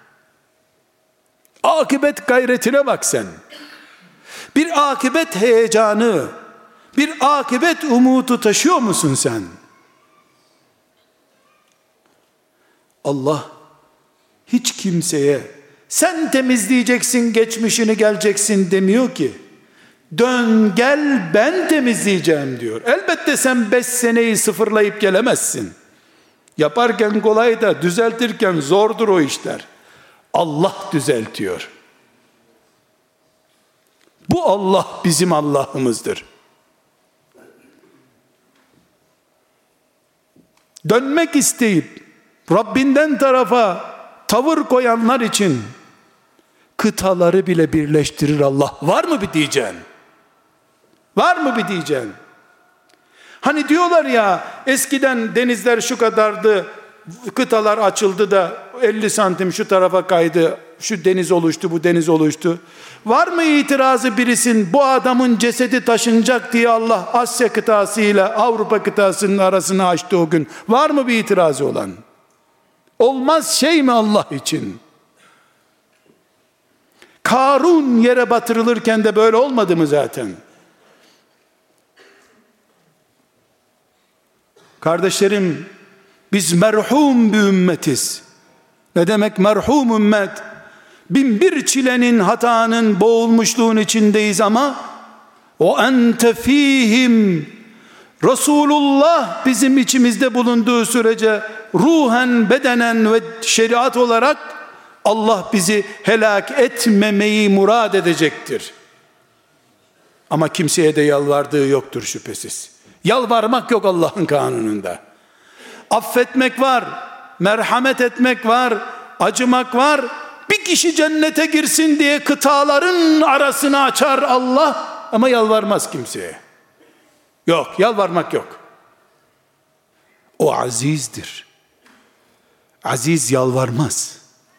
Akıbet gayretine bak sen. Bir akıbet heyecanı, bir akıbet umudu taşıyor musun sen? Allah hiç kimseye sen temizleyeceksin geçmişini geleceksin demiyor ki. Dön gel ben temizleyeceğim diyor. Elbette sen 5 seneyi sıfırlayıp gelemezsin. Yaparken kolay da düzeltirken zordur o işler. Allah düzeltiyor. Bu Allah bizim Allah'ımızdır. Dönmek isteyip Rabbinden tarafa tavır koyanlar için kıtaları bile birleştirir Allah. Var mı bir diyeceksin? Var mı bir diyeceksin? Hani diyorlar ya, eskiden denizler şu kadardı, kıtalar açıldı da 50 santim şu tarafa kaydı, şu deniz oluştu, bu deniz oluştu. Var mı itirazı birisin, bu adamın cesedi taşınacak diye Allah Asya kıtası ile Avrupa kıtasının arasını açtı o gün? Var mı bir itirazı olan? Olmaz şey mi Allah için? Karun yere batırılırken de böyle olmadı mı zaten? Kardeşlerim, biz merhum bir ümmetiz. Ne demek merhum ümmet? Binbir çilenin, hatanın, boğulmuşluğun içindeyiz ama o ente fihim, Resulullah bizim içimizde bulunduğu sürece ruhen, bedenen ve şeriat olarak Allah bizi helak etmemeyi murad edecektir. Ama kimseye de yalvardığı yoktur şüphesiz. Yalvarmak yok Allah'ın kanununda. Affetmek var, merhamet etmek var, acımak var. Bir kişi cennete girsin diye kıtaların arasını açar Allah ama yalvarmaz kimseye. Yok, yalvarmak yok. O azizdir. Aziz yalvarmaz.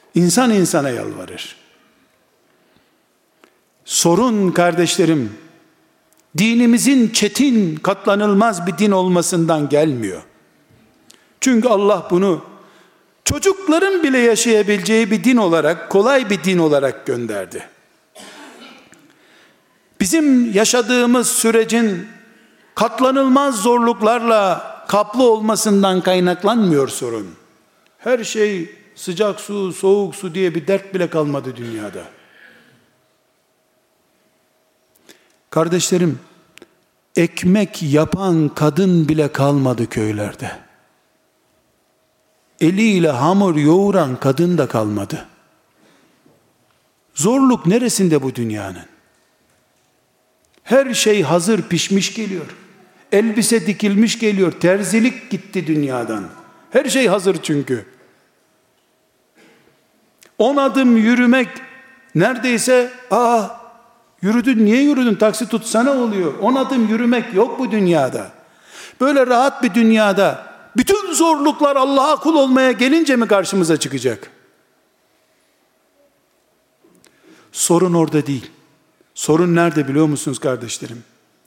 İnsan insana yalvarır. Sorun kardeşlerim, dinimizin çetin, katlanılmaz bir din olmasından gelmiyor. Çünkü Allah bunu çocukların bile yaşayabileceği bir din olarak, kolay bir din olarak gönderdi. Bizim yaşadığımız sürecin katlanılmaz zorluklarla kaplı olmasından kaynaklanmıyor sorun. Her şey sıcak su, soğuk su diye bir dert bile kalmadı dünyada. Kardeşlerim, ekmek yapan kadın bile kalmadı köylerde. Eliyle hamur yoğuran kadın da kalmadı. Zorluk neresinde bu dünyanın? Her şey hazır pişmiş geliyor. Elbise dikilmiş geliyor. Terzilik gitti dünyadan. Her şey hazır çünkü. 10 adım yürümek neredeyse yürüdün, niye yürüdün, taksi tutsana oluyor. 10 adım yürümek yok bu dünyada. Böyle rahat bir dünyada bütün zorluklar Allah'a kul olmaya gelince mi karşımıza çıkacak? Sorun orada değil. Sorun nerede biliyor musunuz kardeşlerim?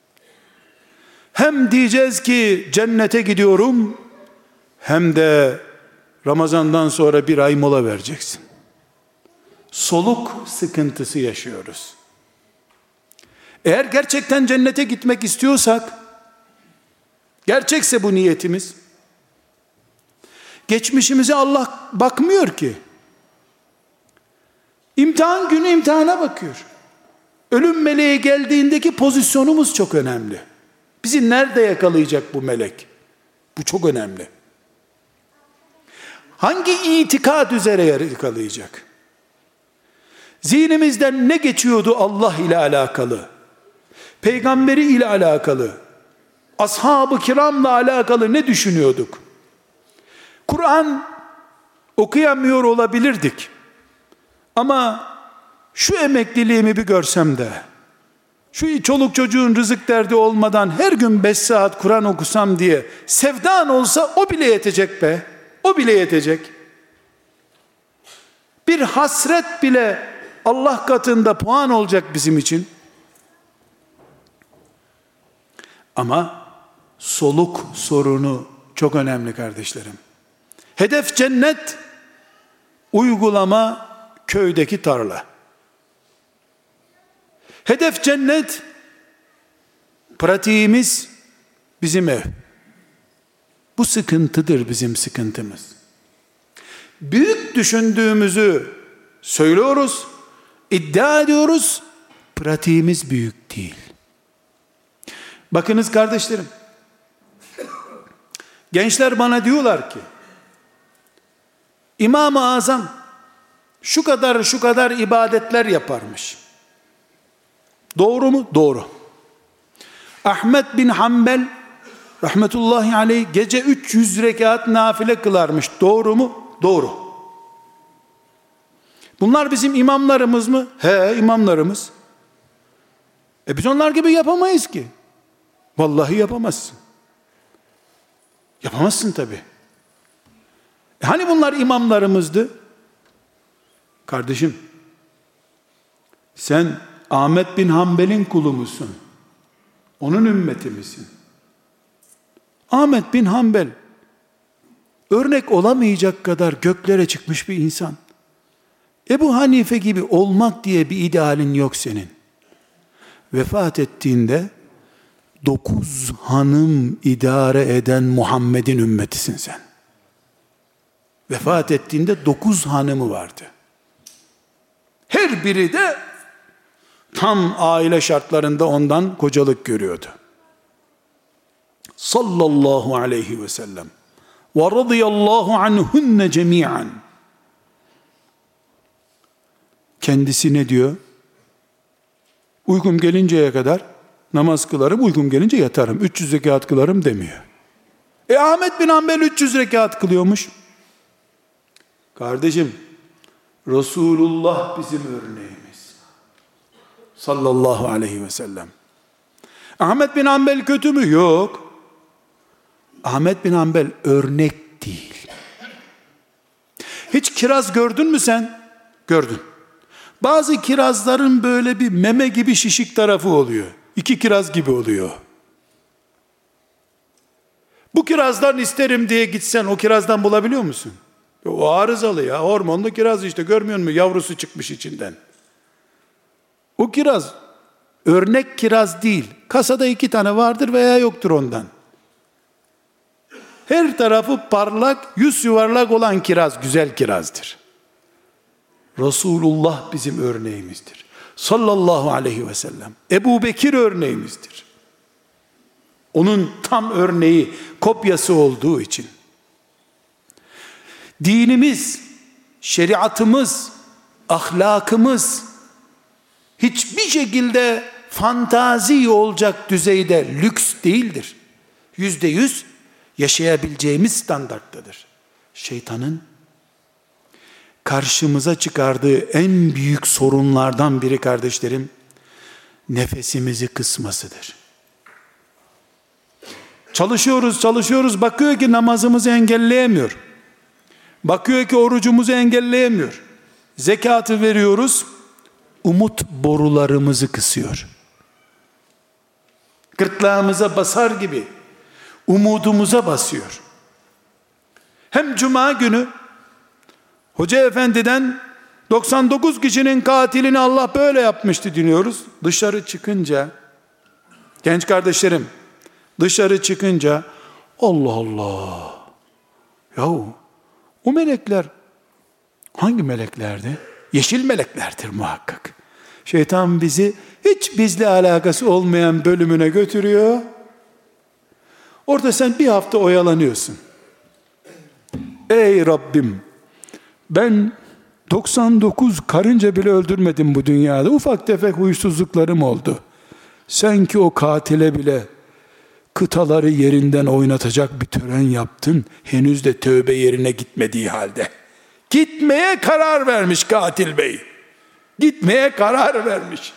Hem diyeceğiz ki cennete gidiyorum, hem de Ramazan'dan sonra bir ay mola vereceksin. Soluk sıkıntısı yaşıyoruz. Eğer gerçekten cennete gitmek istiyorsak, gerçekse bu niyetimiz, geçmişimize Allah bakmıyor ki. İmtihan günü imtihana bakıyor. Ölüm meleği geldiğindeki pozisyonumuz çok önemli. Bizi nerede yakalayacak bu melek? Bu çok önemli. Hangi itikad üzere yakalayacak? Zihnimizden ne geçiyordu Allah ile alakalı? Peygamberi ile alakalı? Ashab-ı kiramla alakalı ne düşünüyorduk? Kur'an okuyamıyor olabilirdik. Ama şu emekliliğimi bir görsem de, şu çoluk çocuğun rızık derdi olmadan her gün 5 saat Kur'an okusam diye sevdan olsa o bile yetecek be. O bile yetecek. Bir hasret bile Allah katında puan olacak bizim için. Ama soluk sorunu çok önemli kardeşlerim. Hedef cennet, uygulama köydeki tarla. Hedef cennet, pratiğimiz bizim ev. Bu sıkıntıdır bizim sıkıntımız. Büyük düşündüğümüzü söylüyoruz, iddia ediyoruz, pratiğimiz büyük değil. Bakınız kardeşlerim, gençler bana diyorlar ki, İmam-ı Azam şu kadar ibadetler yaparmış. Doğru mu? Doğru. Ahmed bin Hanbel rahmetullahi aleyh gece 300 rekat nafile kılarmış. Doğru mu? Doğru. Bunlar bizim imamlarımız mı? He, imamlarımız. Biz onlar gibi yapamayız ki. Vallahi yapamazsın. Yapamazsın tabii. Hani bunlar imamlarımızdı? Kardeşim, sen Ahmet bin Hanbel'in kulu musun? Onun ümmeti misin? Ahmet bin Hanbel örnek olamayacak kadar göklere çıkmış bir insan. Ebu Hanife gibi olmak diye bir idealin yok senin. Vefat ettiğinde 9 hanım idare eden Muhammed'in ümmetisin sen. Vefat ettiğinde 9 hanımı vardı. Her biri de tam aile şartlarında ondan kocalık görüyordu. Sallallahu aleyhi ve sellem. Ve radıyallahu anhunne cemi'an. Kendisi ne diyor? Uykum gelinceye kadar namaz kılarım, uykum gelince yatarım. 300 rekat kılarım demiyor. Ahmet bin Hanbel 300 rekat kılıyormuş. Kardeşim, Resulullah bizim örneğimiz. Sallallahu aleyhi ve sellem. Ahmet bin Hanbel kötü mü? Yok. Ahmet bin Hanbel örnek değil. Hiç kiraz gördün mü sen? Gördün. Bazı kirazların böyle bir meme gibi şişik tarafı oluyor. 2 kiraz gibi oluyor. Bu kirazdan isterim diye gitsen o kirazdan bulabiliyor musun? O arızalı ya, hormonlu kiraz işte, görmüyor musun? Yavrusu çıkmış içinden. O kiraz örnek kiraz değil. Kasada 2 tane vardır veya yoktur ondan. Her tarafı parlak, yüz yuvarlak olan kiraz güzel kirazdır. Resulullah bizim örneğimizdir. Sallallahu aleyhi ve sellem. Ebu Bekir örneğimizdir. Onun tam örneği, kopyası olduğu için. Dinimiz, şeriatımız, ahlakımız hiçbir şekilde fantazi olacak düzeyde lüks değildir. %100 yaşayabileceğimiz standarttadır. Şeytanın karşımıza çıkardığı en büyük sorunlardan biri kardeşlerim, nefesimizi kısmasıdır. Çalışıyoruz, bakıyor ki namazımızı engelleyemiyor. Bakıyor ki orucumuzu engelleyemiyor. Zekatı veriyoruz, umut borularımızı kısıyor. Gırtlağımıza basar gibi umudumuza basıyor. Hem cuma günü hoca efendiden 99 kişinin katilini Allah böyle yapmıştı dinliyoruz. Dışarı çıkınca, genç kardeşlerim, dışarı çıkınca Allah Allah, yahu o melekler hangi meleklerdi? Yeşil meleklerdir muhakkak. Şeytan bizi hiç bizle alakası olmayan bölümüne götürüyor. Orada sen bir hafta oyalanıyorsun. Ey Rabbim, ben 99 karınca bile öldürmedim bu dünyada. Ufak tefek huysuzluklarım oldu. Sen ki o katile bile kıtaları yerinden oynatacak bir tören yaptın. Henüz de tövbe yerine gitmediği halde. Gitmeye karar vermiş katil bey. Gitmeye karar vermiş.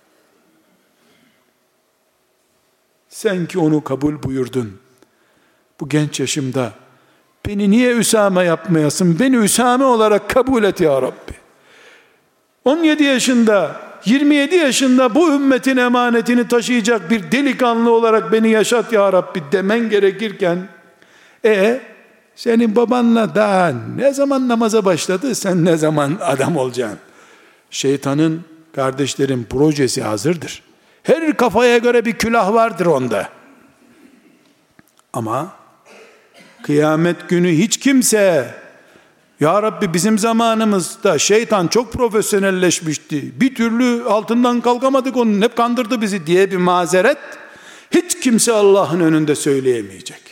Sen ki onu kabul buyurdun. Bu genç yaşımda beni niye Üsame yapmayasın? Beni Üsame olarak kabul et ya Rabbi. 17 yaşında, 27 yaşında bu ümmetin emanetini taşıyacak bir delikanlı olarak beni yaşat ya Rabbi demen gerekirken, senin babanla daha ne zaman namaza başladı, sen ne zaman adam olacaksın? Şeytanın, kardeşlerim, projesi hazırdır. Her kafaya göre bir külah vardır onda. Ama kıyamet günü hiç kimse, ya Rabbi bizim zamanımızda şeytan çok profesyonelleşmişti, bir türlü altından kalkamadık, onun hep kandırdı bizi diye bir mazeret hiç kimse Allah'ın önünde söyleyemeyecek.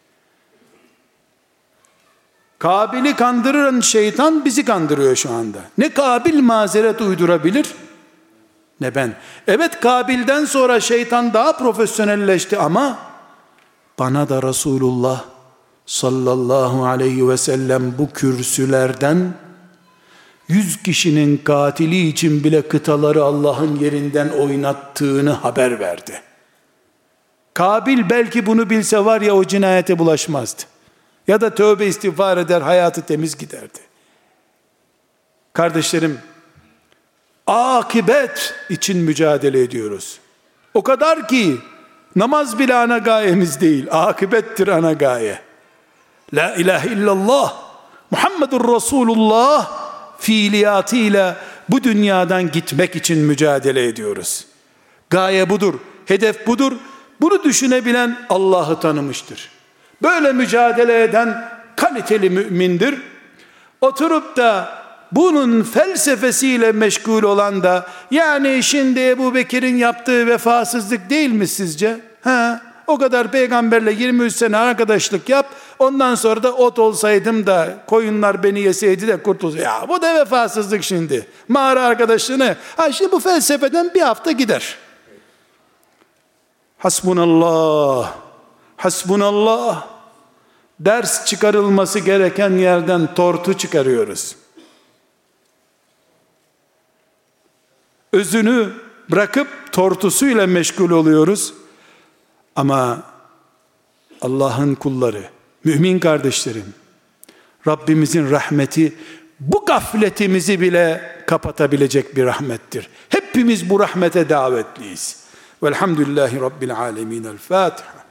Kabil'i kandıran şeytan bizi kandırıyor şu anda. Ne Kabil mazeret uydurabilir, ne ben. Evet, Kabil'den sonra şeytan daha profesyonelleşti ama bana da Resulullah sallallahu aleyhi ve sellem bu kürsülerden 100 kişinin katili için bile kıtaları Allah'ın yerinden oynattığını haber verdi. Kabil belki bunu bilse var ya, o cinayete bulaşmazdı. Ya da tövbe istiğfar eder, hayatı temiz giderdi. Kardeşlerim, akibet için mücadele ediyoruz. O kadar ki namaz bile ana gayemiz değil, akibettir ana gaye. La ilahe illallah Muhammedur Resulullah fiiliyatıyla bu dünyadan gitmek için mücadele ediyoruz. Gaye budur, hedef budur. Bunu düşünebilen Allah'ı tanımıştır. Böyle mücadele eden kaliteli mümindir. Oturup da bunun felsefesiyle meşgul olan da, yani şimdi Ebu Bekir'in yaptığı vefasızlık değil mi sizce? O kadar peygamberle 23 sene arkadaşlık yap, ondan sonra da ot olsaydım da koyunlar beni yeseydi de kurtulsaydım. Ya bu da vefasızlık şimdi. Mağara arkadaşlığını. Şimdi bu felsefeden bir hafta gider. Hasbunallah, hasbunallah. Ders çıkarılması gereken yerden tortu çıkarıyoruz. Özünü bırakıp tortusuyla meşgul oluyoruz. Ama Allah'ın kulları, mümin kardeşlerim, Rabbimizin rahmeti bu gafletimizi bile kapatabilecek bir rahmettir. Hepimiz bu rahmete davetliyiz. Velhamdülillahi Rabbil alemin. El Fatiha.